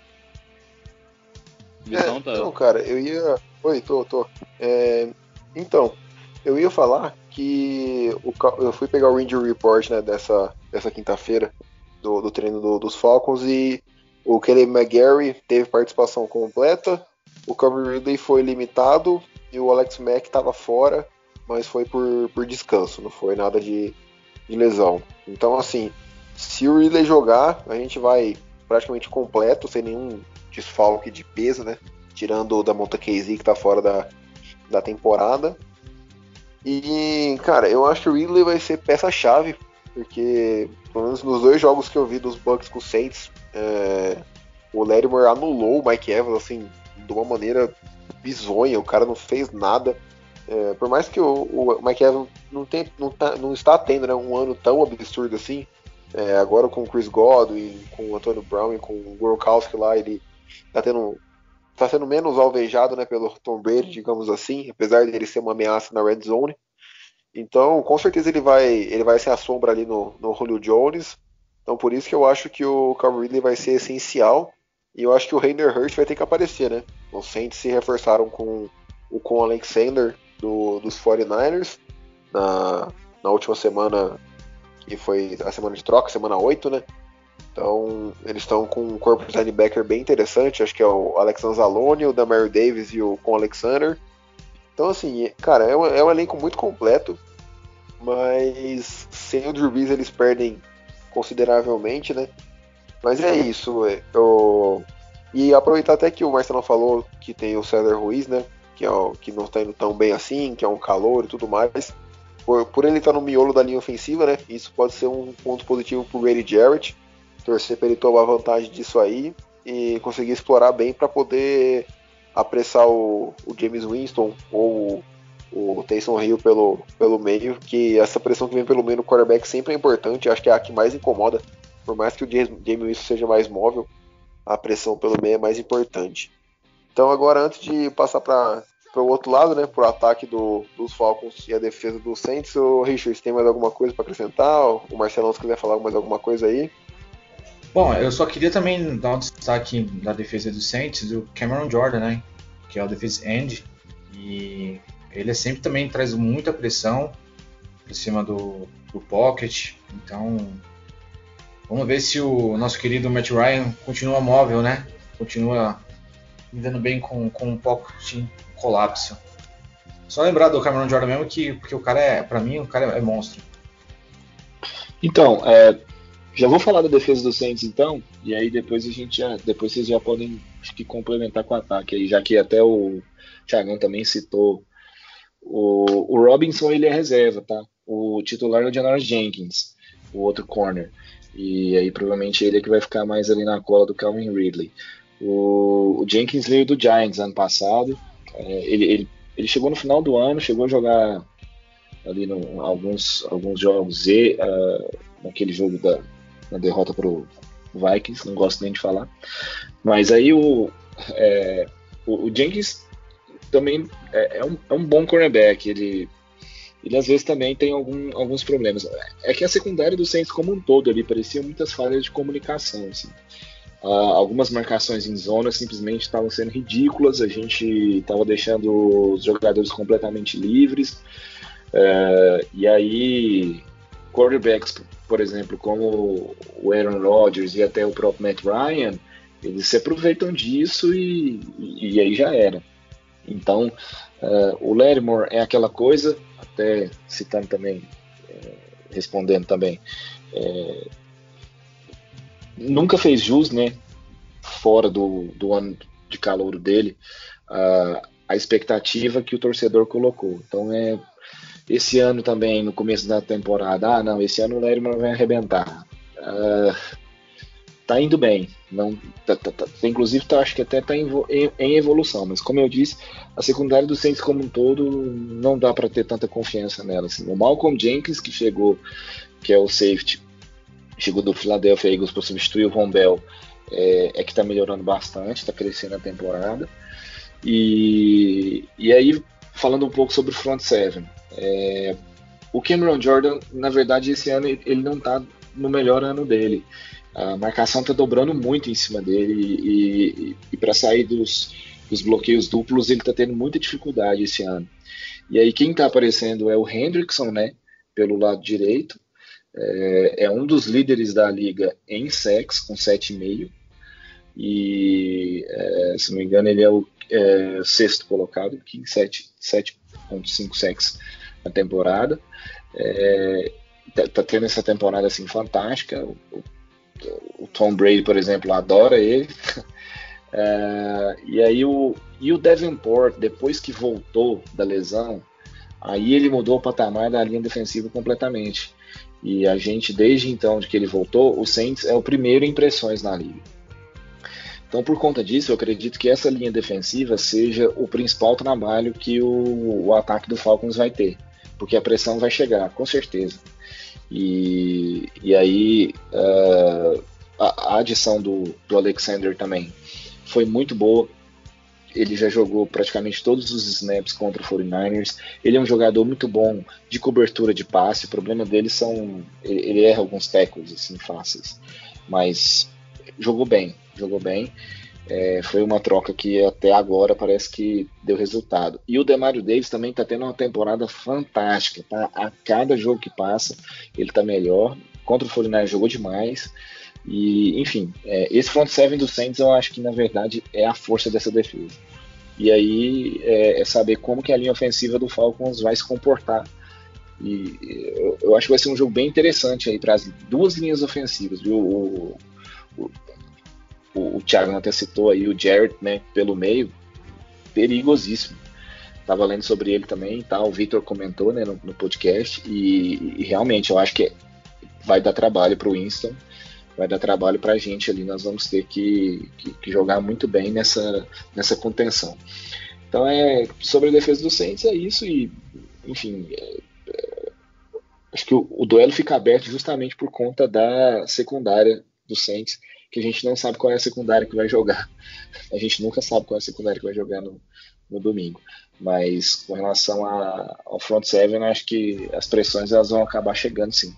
É, Vitão, tá? não, cara, eu ia. Oi, tô, tô. É, então, eu ia falar que o, ca- eu fui pegar o Injury Report, né, dessa, dessa quinta-feira do, do treino do- dos Falcons e o Kelly McGarry teve participação completa, o Calvin Ridley foi limitado e o Alex Mack estava fora, mas foi por, por descanso, não foi nada de, de lesão. Então, assim, se o Ridley jogar, a gente vai praticamente completo, sem nenhum desfalque de peso, né? Tirando o da Monta Casey, que tá fora da, da temporada. E, cara, eu acho que o Ridley vai ser peça-chave, porque, pelo menos nos dois jogos que eu vi dos Bucks com o Saints, é, o Lattimore anulou o Mike Evans, assim, de uma maneira bizonha, o cara não fez nada. É, por mais que o, o Mike Evans não, tem, não, tá, não está tendo, né, um ano tão absurdo assim, é, agora com o Chris Godwin, com o Antonio Brown e com o Gronkowski lá, ele está tendo tá sendo menos alvejado, né, pelo Tom Brady, digamos assim, apesar dele ser uma ameaça na red zone. Então, com certeza ele vai ele vai ser a sombra ali no, no Julio Jones. Então, por isso que eu acho que o Calvin Ridley vai ser essencial. E eu acho que o Hayden Hurst vai ter que aparecer, né? Os Saints se reforçaram com o Con Alexander do, dos forty-niners na, na última semana, que foi a semana de troca, semana oito, né? Então, eles estão com um corpo de linebacker bem interessante. Acho que é o Alex Anzalone, o Demario Davis e o Con Alexander. Então, assim, cara, é um, é um elenco muito completo. Mas sem o Drew Brees eles perdem consideravelmente, né? Mas é isso. Eu... E aproveitar até que o Marcelo falou que tem o César Ruiz, né? Que, é o, que não está indo tão bem assim, que é um calor e tudo mais. Por, por ele estar no miolo da linha ofensiva, né? Isso pode ser um ponto positivo para o Grady Jarrett. Torcer para ele tomar vantagem disso aí e conseguir explorar bem para poder apressar o, o James Winston ou o, o Taysom Hill pelo, pelo meio, que essa pressão que vem pelo meio no quarterback sempre é importante, acho que é a que mais incomoda, por mais que o James, James Winston seja mais móvel, a pressão pelo meio é mais importante. Então agora, antes de passar para o outro lado, né, para o ataque do, dos Falcons e a defesa do Saints, o Richard, tem mais alguma coisa para acrescentar? O Marcelão, se quiser falar mais alguma coisa aí. Bom, eu só queria também dar um destaque da defesa do Saints, do Cameron Jordan, né? Que é o defense end. E ele sempre também traz muita pressão por cima do, do pocket. Então, vamos ver se o nosso querido Matt Ryan continua móvel, né? Continua lidando bem com, com um pouco de colapso. Só lembrar do Cameron Jordan mesmo, que, porque o cara é, pra mim, o cara é monstro. Então, é, já vou falar da defesa do Saints então, e aí depois a gente já, depois vocês já podem acho que complementar com o ataque aí, já que até o Thiagão também citou o, o Robinson, ele é reserva, tá? O titular é o Janoris Jenkins, o outro corner, e aí provavelmente ele é que vai ficar mais ali na cola do Calvin Ridley. O, o Jenkins veio do Giants ano passado, é, ele, ele, ele chegou no final do ano, chegou a jogar ali no, alguns, alguns jogos e uh, naquele jogo da na derrota para o Vikings, não gosto nem de falar, mas aí o, é, o, o Jenkins também é, é, um, é um bom cornerback, ele, ele às vezes também tem algum, alguns problemas, é que a secundária do Saints como um todo ali parecia muitas falhas de comunicação, assim. Uh, algumas marcações em zona simplesmente estavam sendo ridículas, a gente estava deixando os jogadores completamente livres, uh, e aí quarterbacks, por exemplo, como o Aaron Rodgers e até o próprio Matt Ryan, eles se aproveitam disso e, e aí já era. Então, uh, o Lattimore é aquela coisa, até citando também, uh, respondendo também, uh, nunca fez jus, né, fora do, do ano de calouro dele, uh, a expectativa que o torcedor colocou. Então, é esse ano também, no começo da temporada, ah, não, esse ano o Lattimore vai arrebentar. Uh, tá indo bem. Não, tá, tá, tá, inclusive, tá, acho que até tá em, em, em evolução, mas como eu disse, a secundária do Saints como um todo, não dá para ter tanta confiança nela. Assim. O Malcolm Jenkins, que chegou, que é o safety, chegou do Philadelphia Eagles para substituir o Von Bell, é, é que tá melhorando bastante, tá crescendo a temporada. E, e aí, falando um pouco sobre o front seven, É, o Cameron Jordan, na verdade, esse ano ele não está no melhor ano dele. A marcação está dobrando muito em cima dele e, e, e para sair dos, dos bloqueios duplos ele está tendo muita dificuldade esse ano. E aí quem está aparecendo é o Hendrickson, né, pelo lado direito. É, é um dos líderes da liga em sacks, com sete vírgula cinco. E, é, se não me engano, ele é o é, sexto colocado, com sete vírgula cinco sacks na temporada. É, tá, tá tendo essa temporada assim fantástica. O, o, o Tom Brady, por exemplo, adora ele. É, e aí o, e o Davenport, depois que voltou da lesão, aí ele mudou o patamar da linha defensiva completamente. E a gente, desde então de que ele voltou, o Saints é o primeiro em pressões na liga. Então, por conta disso, eu acredito que essa linha defensiva seja o principal trabalho que o, o ataque do Falcons vai ter, porque a pressão vai chegar, com certeza. E, e aí, uh, a, a adição do, do Alexander também foi muito boa. Ele já jogou praticamente todos os snaps contra o forty-niners. Ele é um jogador muito bom de cobertura de passe. O problema dele são... Ele, ele erra alguns tackles assim, fáceis, mas jogou bem. Jogou bem, é, foi uma troca que até agora parece que deu resultado. E o Demario Davis também está tendo uma temporada fantástica, tá? A cada jogo que passa ele está melhor. Contra o forty-niners jogou demais. E, enfim, é, esse front seven do Saints eu acho que na verdade é a força dessa defesa. E aí é, é saber como que a linha ofensiva do Falcons vai se comportar. E eu, eu acho que vai ser um jogo bem interessante aí para as duas linhas ofensivas, viu? O, o, O, o Thiago até citou aí o Jarrett, né, pelo meio, perigosíssimo. Estava lendo sobre ele também, tá? O Victor comentou, né, no, no podcast e, e realmente eu acho que vai dar trabalho para o Winston, vai dar trabalho para a gente ali. Nós vamos ter que, que, que jogar muito bem nessa, nessa contenção. Então é sobre a defesa do Saints é isso e, enfim, é, é, acho que o, o duelo fica aberto justamente por conta da secundária do Saints, que a gente não sabe qual é a secundária que vai jogar. A gente nunca sabe qual é a secundária que vai jogar no, no domingo. Mas com relação a, ao front seven, acho que as pressões elas vão acabar chegando sim.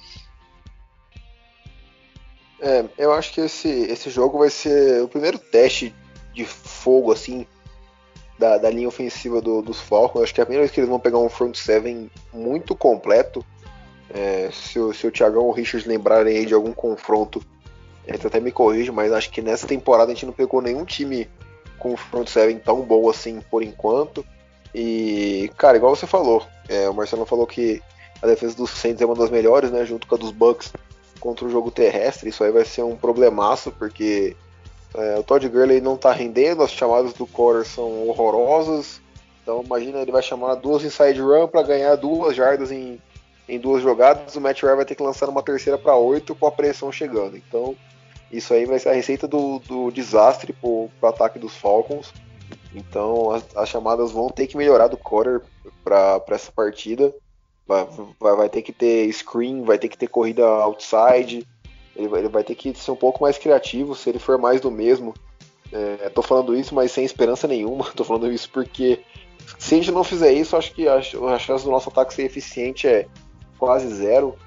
É, eu acho que esse, esse jogo vai ser o primeiro teste de fogo assim da, da linha ofensiva do, dos Falcons. Acho que é a primeira vez que eles vão pegar um front seven muito completo. É, se, o, se o Thiagão ou o Richard lembrarem aí de algum confronto, ele até me corrige, mas acho que nessa temporada a gente não pegou nenhum time com um front seven tão bom assim por enquanto. E, cara, igual você falou, é, o Marcelo falou que a defesa dos Saints é uma das melhores, né, junto com a dos Bucks contra o jogo terrestre. Isso aí vai ser um problemaço, porque é, o Todd Gurley não tá rendendo, as chamadas do corner são horrorosas. Então imagina, ele vai chamar duas inside run para ganhar duas jardas em, em duas jogadas, o Matt Ryan vai ter que lançar uma terceira para oito com a pressão chegando. Então isso aí vai ser a receita do, do desastre pro, pro ataque dos Falcons. Então as, as chamadas vão ter que melhorar do corner para essa partida. Vai, vai, vai ter que ter screen, vai ter que ter corrida outside. Ele vai, ele vai ter que ser um pouco mais criativo. Se ele for mais do mesmo, é, tô falando isso, mas sem esperança nenhuma. Tô falando isso porque se a gente não fizer isso, acho que a, a chance do nosso ataque ser eficiente é quase zero.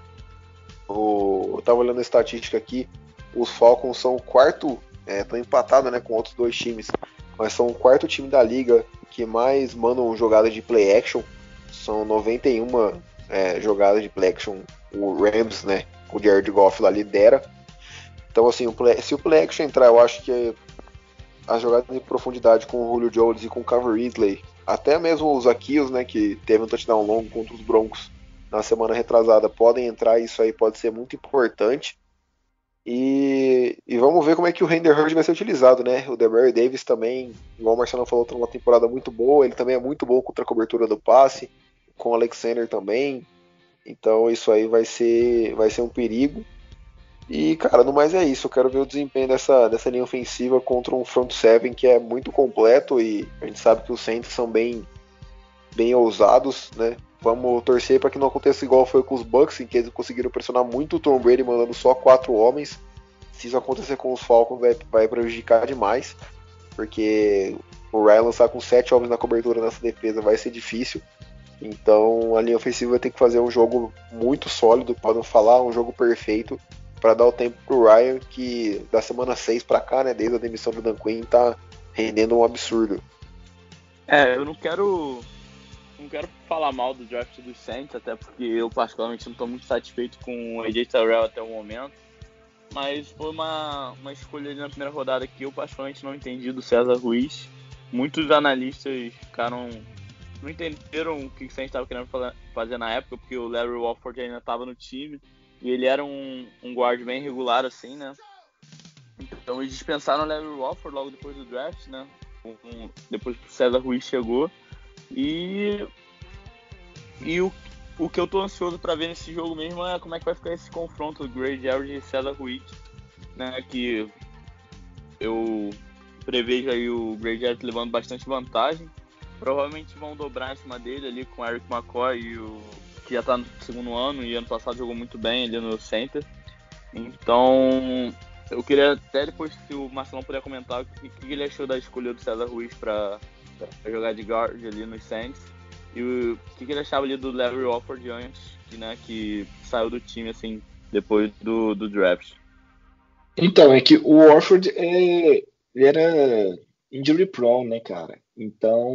O, eu tava olhando a estatística aqui. Os Falcons são o quarto, estão é, empatados, né, com outros dois times, mas são o quarto time da liga que mais mandam jogadas de play action. São noventa e uma é, jogadas de play action. O Rams, né, com o Jared Goff lá lidera. Então, assim, o play, se o play action entrar, eu acho que as jogadas de profundidade com o Julio Jones e com o Calvin Ridley, até mesmo os Zaccheaus, né, que teve um touchdown longo contra os Broncos na semana retrasada, podem entrar. Isso aí pode ser muito importante. E, e vamos ver como é que o Render Hurd vai ser utilizado, né? O Demario Davis também, igual o Marcelo falou, tem uma temporada muito boa. Ele também é muito bom contra a cobertura do passe, com o Alexander também. Então isso aí vai ser, vai ser um perigo. E, cara, no mais é isso. Eu quero ver o desempenho dessa, dessa linha ofensiva contra um front seven que é muito completo. E a gente sabe que os Saints são bem, bem ousados, né? Vamos torcer para que não aconteça igual foi com os Bucks, em que eles conseguiram pressionar muito o Tom Brady, mandando só quatro homens. Se isso acontecer com os Falcons, vai, vai prejudicar demais, porque o Ryan lançar com sete homens na cobertura nessa defesa vai ser difícil. Então a linha ofensiva vai ter que fazer um jogo muito sólido, podem falar, um jogo perfeito, para dar o tempo pro Ryan, que da semana seis para cá, né, desde a demissão do Dan Quinn, tá rendendo um absurdo. É, eu não quero... Não quero falar mal do draft dos Saints, até porque eu particularmente não estou muito satisfeito com o A J Terrell até o momento. Mas foi uma, uma escolha ali na primeira rodada que eu particularmente não entendi do César Ruiz. Muitos analistas ficaram, não entenderam o que o Saints estava querendo fazer na época, porque o Larry Walford ainda estava no time. E ele era um, um guard bem regular assim, né? Então eles dispensaram o Larry Walford logo depois do draft, né? Um, depois que o César Ruiz chegou. E, e o, o que eu tô ansioso para ver nesse jogo mesmo é como é que vai ficar esse confronto do Grady Jarrett e César Ruiz, né, que eu prevejo aí o Grady Jarrett levando bastante vantagem. Provavelmente vão dobrar em cima dele ali com o Eric McCoy, e o, que já tá no segundo ano e ano passado jogou muito bem ali no center. Então eu queria até depois, se o Marcelão puder comentar, o que, que ele achou da escolha do César Ruiz para para jogar de guard ali nos Saints, e o que, que ele achava ali do Larry Walford antes, que, né, que saiu do time assim depois do, do draft. Então, é que o Walford é, ele era injury prone, né, cara? Então,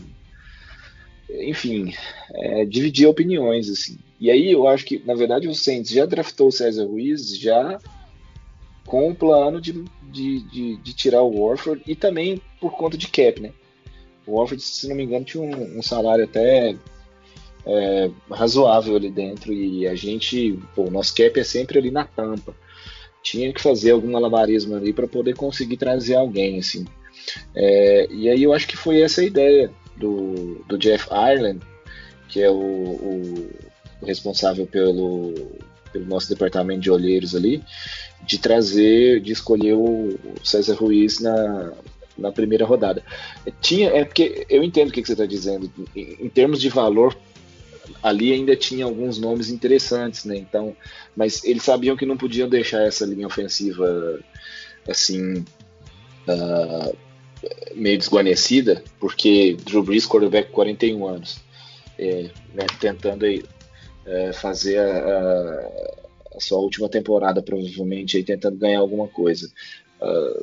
enfim, é, dividia opiniões, assim. E aí eu acho que, na verdade, o Saints já draftou o César Ruiz já com o plano de, de, de, de tirar o Walford, e também por conta de cap, né? O Walford, se não me engano, tinha um, um salário até é, razoável ali dentro, e a gente, pô, o nosso cap é sempre ali na tampa. Tinha que fazer algum alabarismo ali para poder conseguir trazer alguém, assim. É, e aí eu acho que foi essa a ideia do, do Jeff Ireland, que é o, o, o responsável pelo, pelo nosso departamento de olheiros ali, de trazer, de escolher o César Ruiz na... na primeira rodada. Tinha, é porque eu entendo o que, que você está dizendo. Em, em termos de valor, ali ainda tinha alguns nomes interessantes, né? Então, mas eles sabiam que não podiam deixar essa linha ofensiva assim uh, meio desguarnecida, porque Drew Brees, quarterback, quarenta e um anos, é, né, tentando aí, é, fazer a, a, a sua última temporada, provavelmente, aí, tentando ganhar alguma coisa. Uh,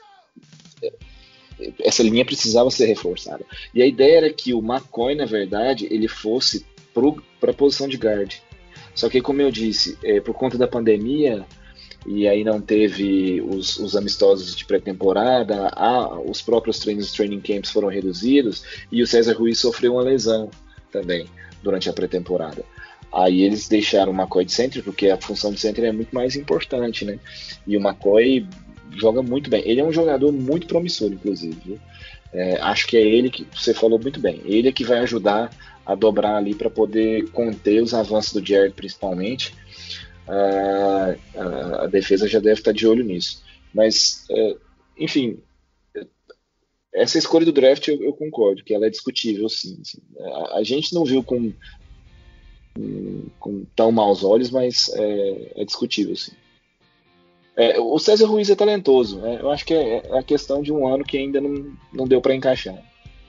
essa linha precisava ser reforçada. E a ideia era que o McCoy, na verdade, ele fosse para a posição de guard. Só que, como eu disse, é, por conta da pandemia, e aí não teve os, os amistosos de pré-temporada, a, os próprios treinos, training camps foram reduzidos, e o César Ruiz sofreu uma lesão também durante a pré-temporada. Aí eles deixaram o McCoy de center, porque a função de center é muito mais importante, né? E o McCoy joga muito bem. Ele é um jogador muito promissor, inclusive, viu? É, acho que é ele que você falou muito bem. Ele é que vai ajudar a dobrar ali para poder conter os avanços do Jared, principalmente. A, a, a defesa já deve estar de olho nisso. Mas, é, enfim, essa escolha do draft eu, eu concordo que ela é discutível, sim. sim. A, a gente não viu com, com, com tão maus olhos, mas é, é discutível, sim. É, o César Ruiz é talentoso. É, eu acho que é, é a questão de um ano que ainda não, não deu para encaixar.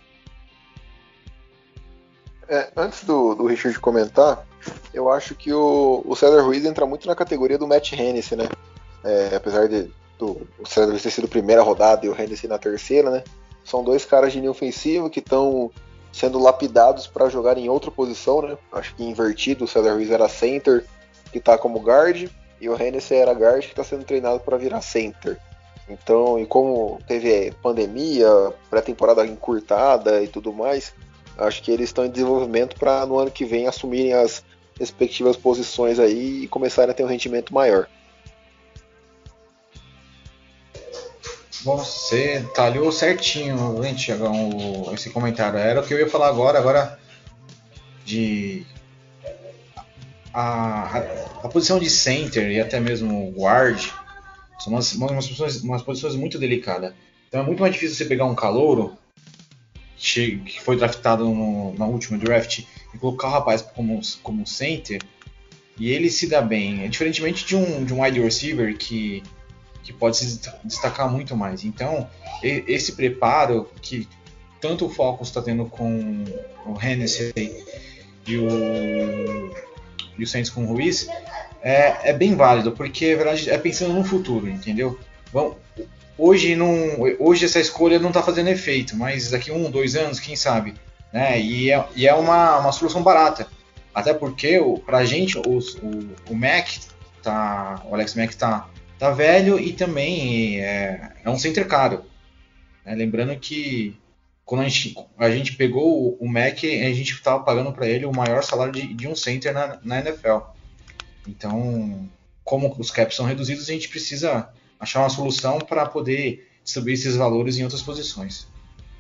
É, antes do, do Richard comentar, eu acho que o, o César Ruiz entra muito na categoria do Matt Hennessy, né? É, apesar de do, o César Ruiz ter sido a primeira rodada e o Hennessy na terceira, né? São dois caras de linha ofensiva que estão sendo lapidados para jogar em outra posição, né? Acho que invertido, o César Ruiz era center, que está como guard, e o Hennessy era guard, que está sendo treinado para virar center. Então, e como teve pandemia, pré-temporada encurtada e tudo mais, acho que eles estão em desenvolvimento para no ano que vem assumirem as respectivas posições aí e começarem a ter um rendimento maior. Bom, você talhou certinho, hein, Tiagão, esse comentário. Era o que eu ia falar agora, agora de a, a, a posição de center e até mesmo guard são umas, umas, posições, umas posições muito delicadas. Então é muito mais difícil você pegar um calouro que foi draftado no, no último draft e colocar o rapaz como, como center e ele se dá bem. É diferentemente de um, de um wide receiver que, que pode se destacar muito mais. Então, esse preparo que tanto o Falcons está tendo com o Hennessy e o, e o Saints com o Ruiz é, é bem válido, porque na verdade é pensando no futuro, entendeu? Bom, Hoje, não, hoje essa escolha não está fazendo efeito, mas daqui um, dois anos, quem sabe? Né? E é, e é uma, uma solução barata. Até porque, para a gente, o, o, o Mac, tá, o Alex Mack está tá velho e também é, é um center caro. Né? Lembrando que quando a gente, a gente pegou o, o Mac, a gente estava pagando para ele o maior salário de, de um center na, na N F L. Então, como os caps são reduzidos, a gente precisa achar uma solução para poder distribuir esses valores em outras posições.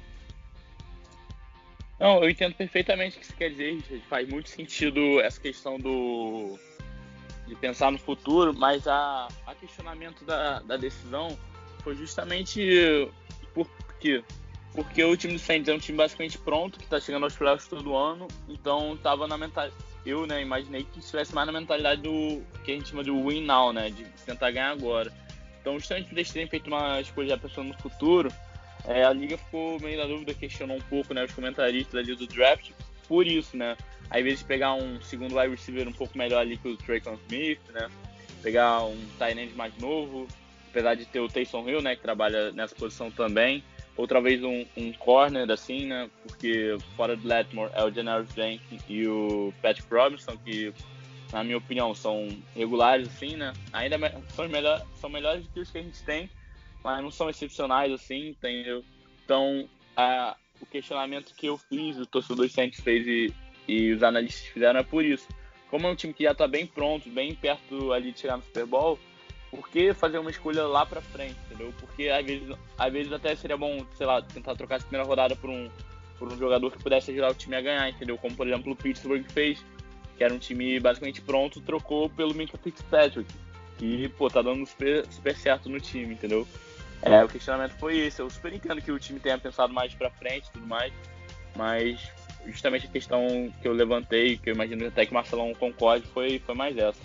Não, eu entendo perfeitamente o que você quer dizer, Richard. Faz muito sentido essa questão do de pensar no futuro, mas a, a questionamento da, da decisão foi justamente por quê? Porque o time do Saints é um time basicamente pronto, que está chegando aos playoffs todo ano, então estava na mentalidade. Eu, né, imaginei que estivesse mais na mentalidade do que a gente chama de win now, né, de tentar ganhar agora. Então, justamente por eles terem feito uma escolha já pensando no futuro, é, a liga ficou meio na dúvida, questionou um pouco, né, os comentaristas ali do draft, por isso, né, ao invés de pegar um segundo wide receiver um pouco melhor ali que o Tre'Quan Smith, né, pegar um tight end mais novo, apesar de ter o Taysom Hill, né, que trabalha nessa posição também, ou talvez um, um corner, assim, né, porque fora do Lattimore é o Janoris Jenkins e o Patrick Robinson, que na minha opinião, são regulares, assim, né? Ainda são, melhor, são melhores do que os que a gente tem, mas não são excepcionais, assim, entendeu? Então, a, o questionamento que eu fiz, o torcedor do Saints fez e, e os analistas fizeram é por isso. Como é um time que já está bem pronto, bem perto ali de chegar no Super Bowl, por que fazer uma escolha lá pra frente, entendeu? Porque às vezes, às vezes até seria bom, sei lá, tentar trocar essa primeira rodada por um, por um jogador que pudesse ajudar o time a ganhar, entendeu? Como, por exemplo, o Pittsburgh fez, que era um time basicamente pronto, trocou pelo Minkah Fitzpatrick, que, pô, tá dando super, super certo no time, entendeu? É, o questionamento foi esse. Eu super entendo que o time tenha pensado mais pra frente e tudo mais, mas justamente a questão que eu levantei, que eu imagino até que o Marcelão concorde, foi, foi mais essa.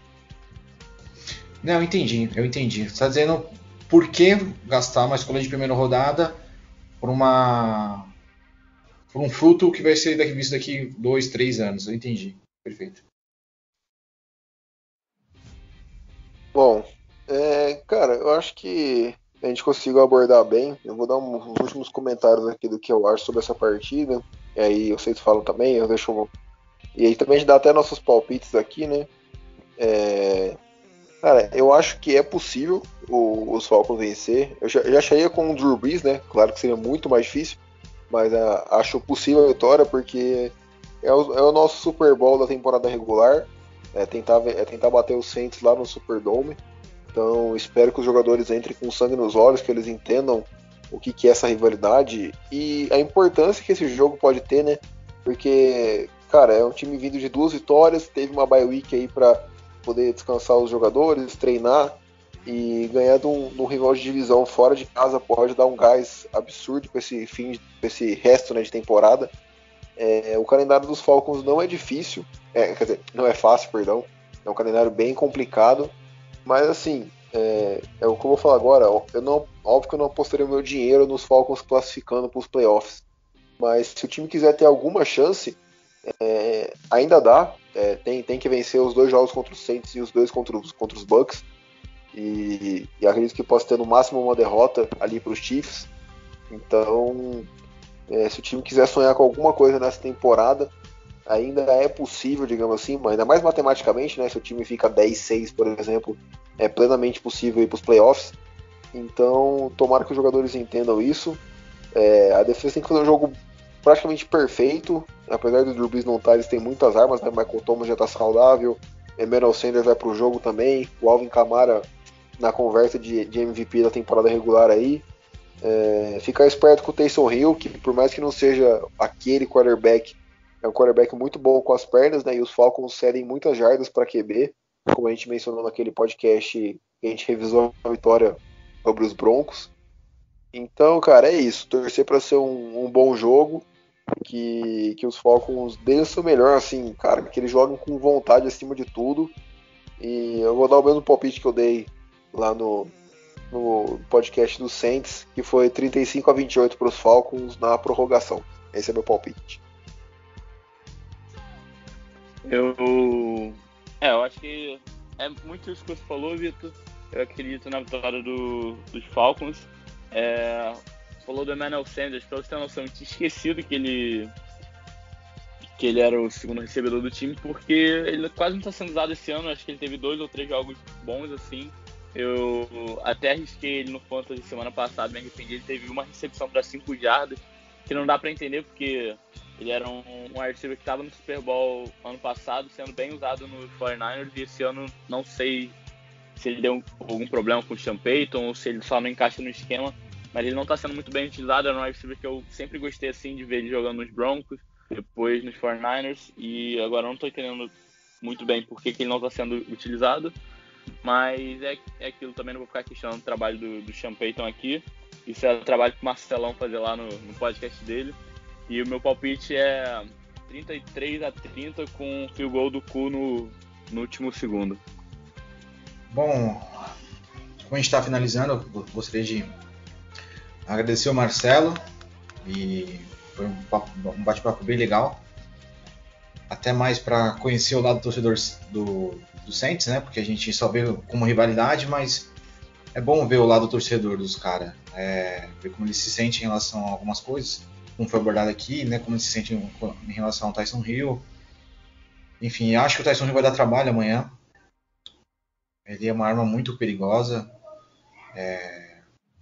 Não, eu entendi, eu entendi. Você tá dizendo por que gastar uma escolha de primeira rodada por uma por um fruto que vai ser daqui, visto daqui dois, três anos. Eu entendi. Perfeito. Bom, é, cara, eu acho que a gente conseguiu abordar bem. Eu vou dar um, uns últimos comentários aqui do que eu acho sobre essa partida. E aí vocês falam também, eu deixo. E aí também a gente dá até nossos palpites aqui, né? É, Cara, eu acho que é possível o, os Falcons vencer. Eu já, já acharia com o Drew Brees, né? Claro que seria muito mais difícil, mas uh, acho possível a vitória porque é o, é o nosso Super Bowl da temporada regular. É tentar, é tentar bater os Saints lá no Superdome. Então espero que os jogadores entrem com sangue nos olhos, que eles entendam o que, que é essa rivalidade e a importância que esse jogo pode ter, né? Porque, cara, é um time vindo de duas vitórias, teve uma bye week aí pra poder descansar os jogadores, treinar e ganhar de um, de um rival de divisão fora de casa pode dar um gás absurdo para esse fim, para esse resto, né, de temporada. É, o calendário dos Falcons não é difícil, é, quer dizer, não é fácil, perdão. É um calendário bem complicado, mas assim, é, é o que eu vou falar agora. Eu não, óbvio que eu não apostaria o meu dinheiro nos Falcons classificando para os playoffs, mas se o time quiser ter alguma chance, é, ainda dá. É, tem, tem que vencer os dois jogos contra os Saints e os dois contra os, contra os Bucks. E, e acredito que possa ter no máximo uma derrota ali para os Chiefs. Então, é, se o time quiser sonhar com alguma coisa nessa temporada, ainda é possível, digamos assim, mas ainda mais matematicamente, né? Se o time fica dez a seis, por exemplo, é plenamente possível ir para os playoffs. Então, tomara que os jogadores entendam isso. É, a defesa tem que fazer um jogo praticamente perfeito, apesar do Drew Brees não estar, eles têm muitas armas, né? Michael Thomas já está saudável, Emmanuel Sanders vai para o jogo também, o Alvin Kamara na conversa de, de M V P da temporada regular aí. É, ficar esperto com o Taysom Hill, que por mais que não seja aquele quarterback, é um quarterback muito bom com as pernas, né? E os Falcons cedem muitas jardas para Q B, como a gente mencionou naquele podcast que a gente revisou a vitória sobre os Broncos. Então, cara, é isso. Torcer para ser um, um bom jogo, que, que os Falcons deem o seu melhor, assim, cara, que eles jogam com vontade acima de tudo. E eu vou dar o mesmo palpite que eu dei lá no, no podcast do Saints, que foi trinta e cinco a vinte e oito para os Falcons na prorrogação. Esse é meu palpite. Eu, é, eu acho que é muito isso que você falou, Vitor. Eu acredito na vitória do, dos Falcons. É, falou do Emmanuel Sanders, pra você ter noção, eu tinha esquecido que ele que ele era o segundo recebedor do time, porque ele quase não está sendo usado esse ano. Acho que ele teve dois ou três jogos bons assim. Eu até arrisquei ele no Fantasy semana passada, me arrependi. Ele teve uma recepção para cinco jardas, que não dá para entender, porque ele era um, um wide receiver que estava no Super Bowl ano passado, sendo bem usado nos quarenta e nine ers, e esse ano não sei se ele deu um, algum problema com o Sean Payton ou se ele só não encaixa no esquema, mas ele não está sendo muito bem utilizado. Era um wide receiver que eu sempre gostei assim de ver ele jogando nos Broncos, depois nos quarenta e nine ers, e agora eu não estou entendendo muito bem por que, que ele não está sendo utilizado, mas é, é aquilo. Também não vou ficar questionando o trabalho do, do Sean Payton aqui. Isso é o trabalho que o Marcelão fazer lá no, no podcast dele. E o meu palpite é trinta e três a trinta com o field goal do Cu no, no último segundo. Bom, como a gente está finalizando, eu gostaria de agradecer o Marcelo, e foi um, papo, um bate-papo bem legal. Até mais para conhecer o lado torcedor do, do Saints, né? Porque a gente só vê como rivalidade, mas é bom ver o lado torcedor dos caras, é, ver como eles se sentem em relação a algumas coisas, como foi abordado aqui, né? Como eles se sentem em relação ao Taysom Hill. Enfim, acho que o Taysom Hill vai dar trabalho amanhã. Ele é uma arma muito perigosa, é,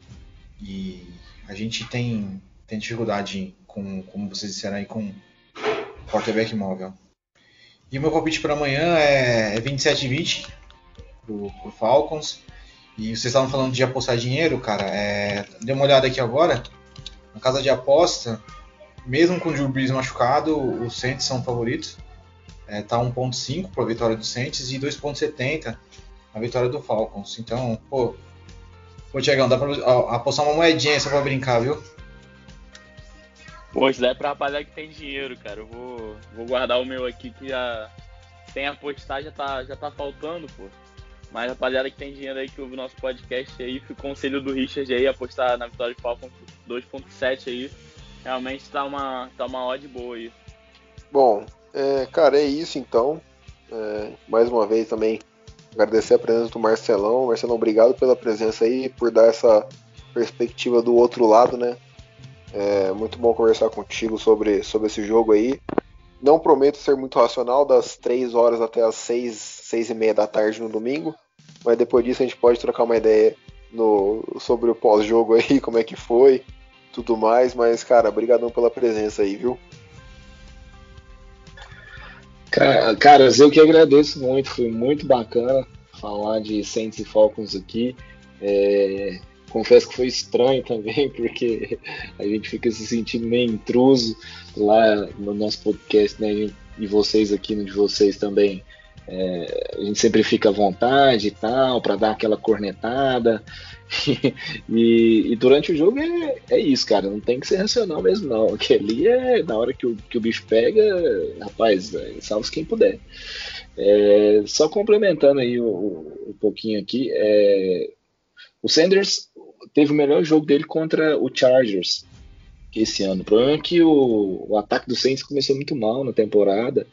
e a gente tem, tem dificuldade com, como vocês disseram aí, com quarterback móvel. E o meu palpite para amanhã é, é vinte e sete a vinte pro, pro Falcons. E vocês estavam falando de apostar dinheiro, cara. É, dê uma olhada aqui agora. Na casa de aposta, mesmo com o Drew Brees machucado, os Saints são favoritos. É, tá um ponto cinco para a vitória dos Saints e dois ponto setenta a vitória do Falcons. Então, pô, pô, Tiagão, dá pra apostar uma moedinha só pra brincar, viu? Pô, isso daí é pra rapaziada que tem dinheiro, cara. Eu vou, vou guardar o meu aqui, que já sem apostar já tá, já tá faltando, pô. Mas rapaziada que tem dinheiro aí, que ouve o nosso podcast aí, fica o conselho do Richard aí, apostar na vitória de Falcons dois ponto sete aí. Realmente tá uma, tá uma odd boa aí. Bom, é, cara, é isso então. É, mais uma vez também agradecer a presença do Marcelão. Marcelão, obrigado pela presença aí, por dar essa perspectiva do outro lado, né? É muito bom conversar contigo sobre, sobre esse jogo aí. Não prometo ser muito racional das três horas até as seis, seis e meia da tarde no domingo, mas depois disso a gente pode trocar uma ideia no, sobre o pós-jogo aí, como é que foi, tudo mais, mas cara, brigadão pela presença aí, viu? Cara, caras, eu que agradeço muito, foi muito bacana falar de Saints e Falcons aqui. É, confesso que foi estranho também, porque a gente fica se sentindo meio intruso lá no nosso podcast, né? E vocês aqui no de vocês também. É, a gente sempre fica à vontade e tal, para dar aquela cornetada. e, e durante o jogo é, é isso, cara. Não tem que ser racional mesmo, não. Porque ali é na hora que o, que o bicho pega, rapaz, é, salve quem puder. É, só complementando aí o, o, um pouquinho aqui, é, o Sanders teve o melhor jogo dele contra o Chargers esse ano. O problema é que o, o ataque do Saints começou muito mal na temporada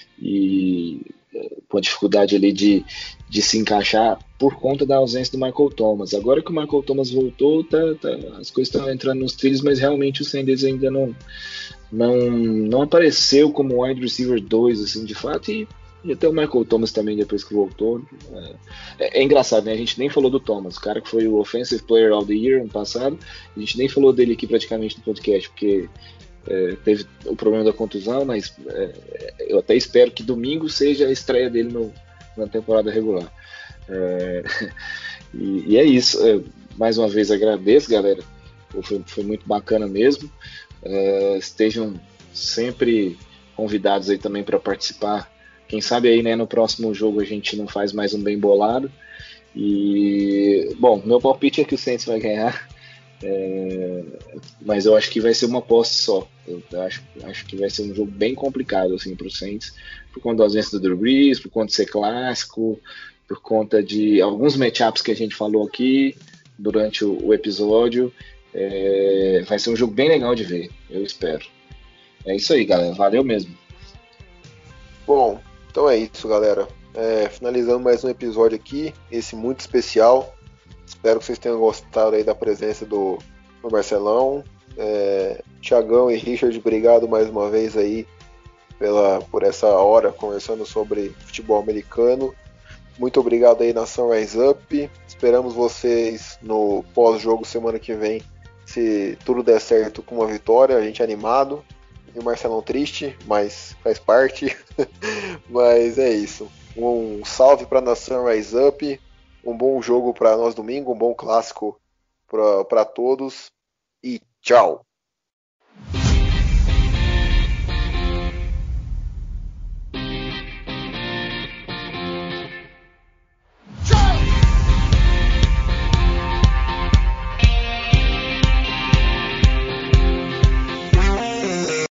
e com a dificuldade ali de, de se encaixar por conta da ausência do Michael Thomas. Agora que o Michael Thomas voltou, tá, tá, as coisas estão entrando nos trilhos, mas realmente o Sanders ainda não, não, não apareceu como wide receiver dois, assim, de fato, e, e até o Michael Thomas também, depois que voltou. É, é engraçado, né? A gente nem falou do Thomas, o cara que foi o Offensive Player of the Year ano passado, a gente nem falou dele aqui praticamente no podcast, porque É, teve o problema da contusão, mas é, eu até espero que domingo seja a estreia dele no, na temporada regular. É, e, e é isso. É, mais uma vez agradeço, galera. Foi, foi muito bacana mesmo. É, estejam sempre convidados aí também para participar. Quem sabe aí, né, no próximo jogo a gente não faz mais um bem bolado. E, bom, meu palpite é que o Saints vai ganhar. É, mas eu acho que vai ser uma posse só. Eu acho, acho que vai ser um jogo bem complicado assim, para o Saints, por conta da ausência do Drew Brees, por conta de ser clássico, por conta de alguns matchups que a gente falou aqui durante o, o episódio. É, vai ser um jogo bem legal de ver, eu espero. É isso aí, galera. Valeu mesmo. Bom, então é isso, galera. É, finalizando mais um episódio aqui, esse muito especial. Espero que vocês tenham gostado aí da presença do, do Marcelão. É, Thiagão e Richard, obrigado mais uma vez aí pela, por essa hora conversando sobre futebol americano. Muito obrigado aí, nação Rise Up. Esperamos vocês no pós-jogo semana que vem, se tudo der certo, com uma vitória, a gente animado. E o Marcelão triste, mas faz parte. Mas é isso. Um salve para a nação Rise Up. Um bom jogo para nós domingo, um bom clássico para todos e tchau!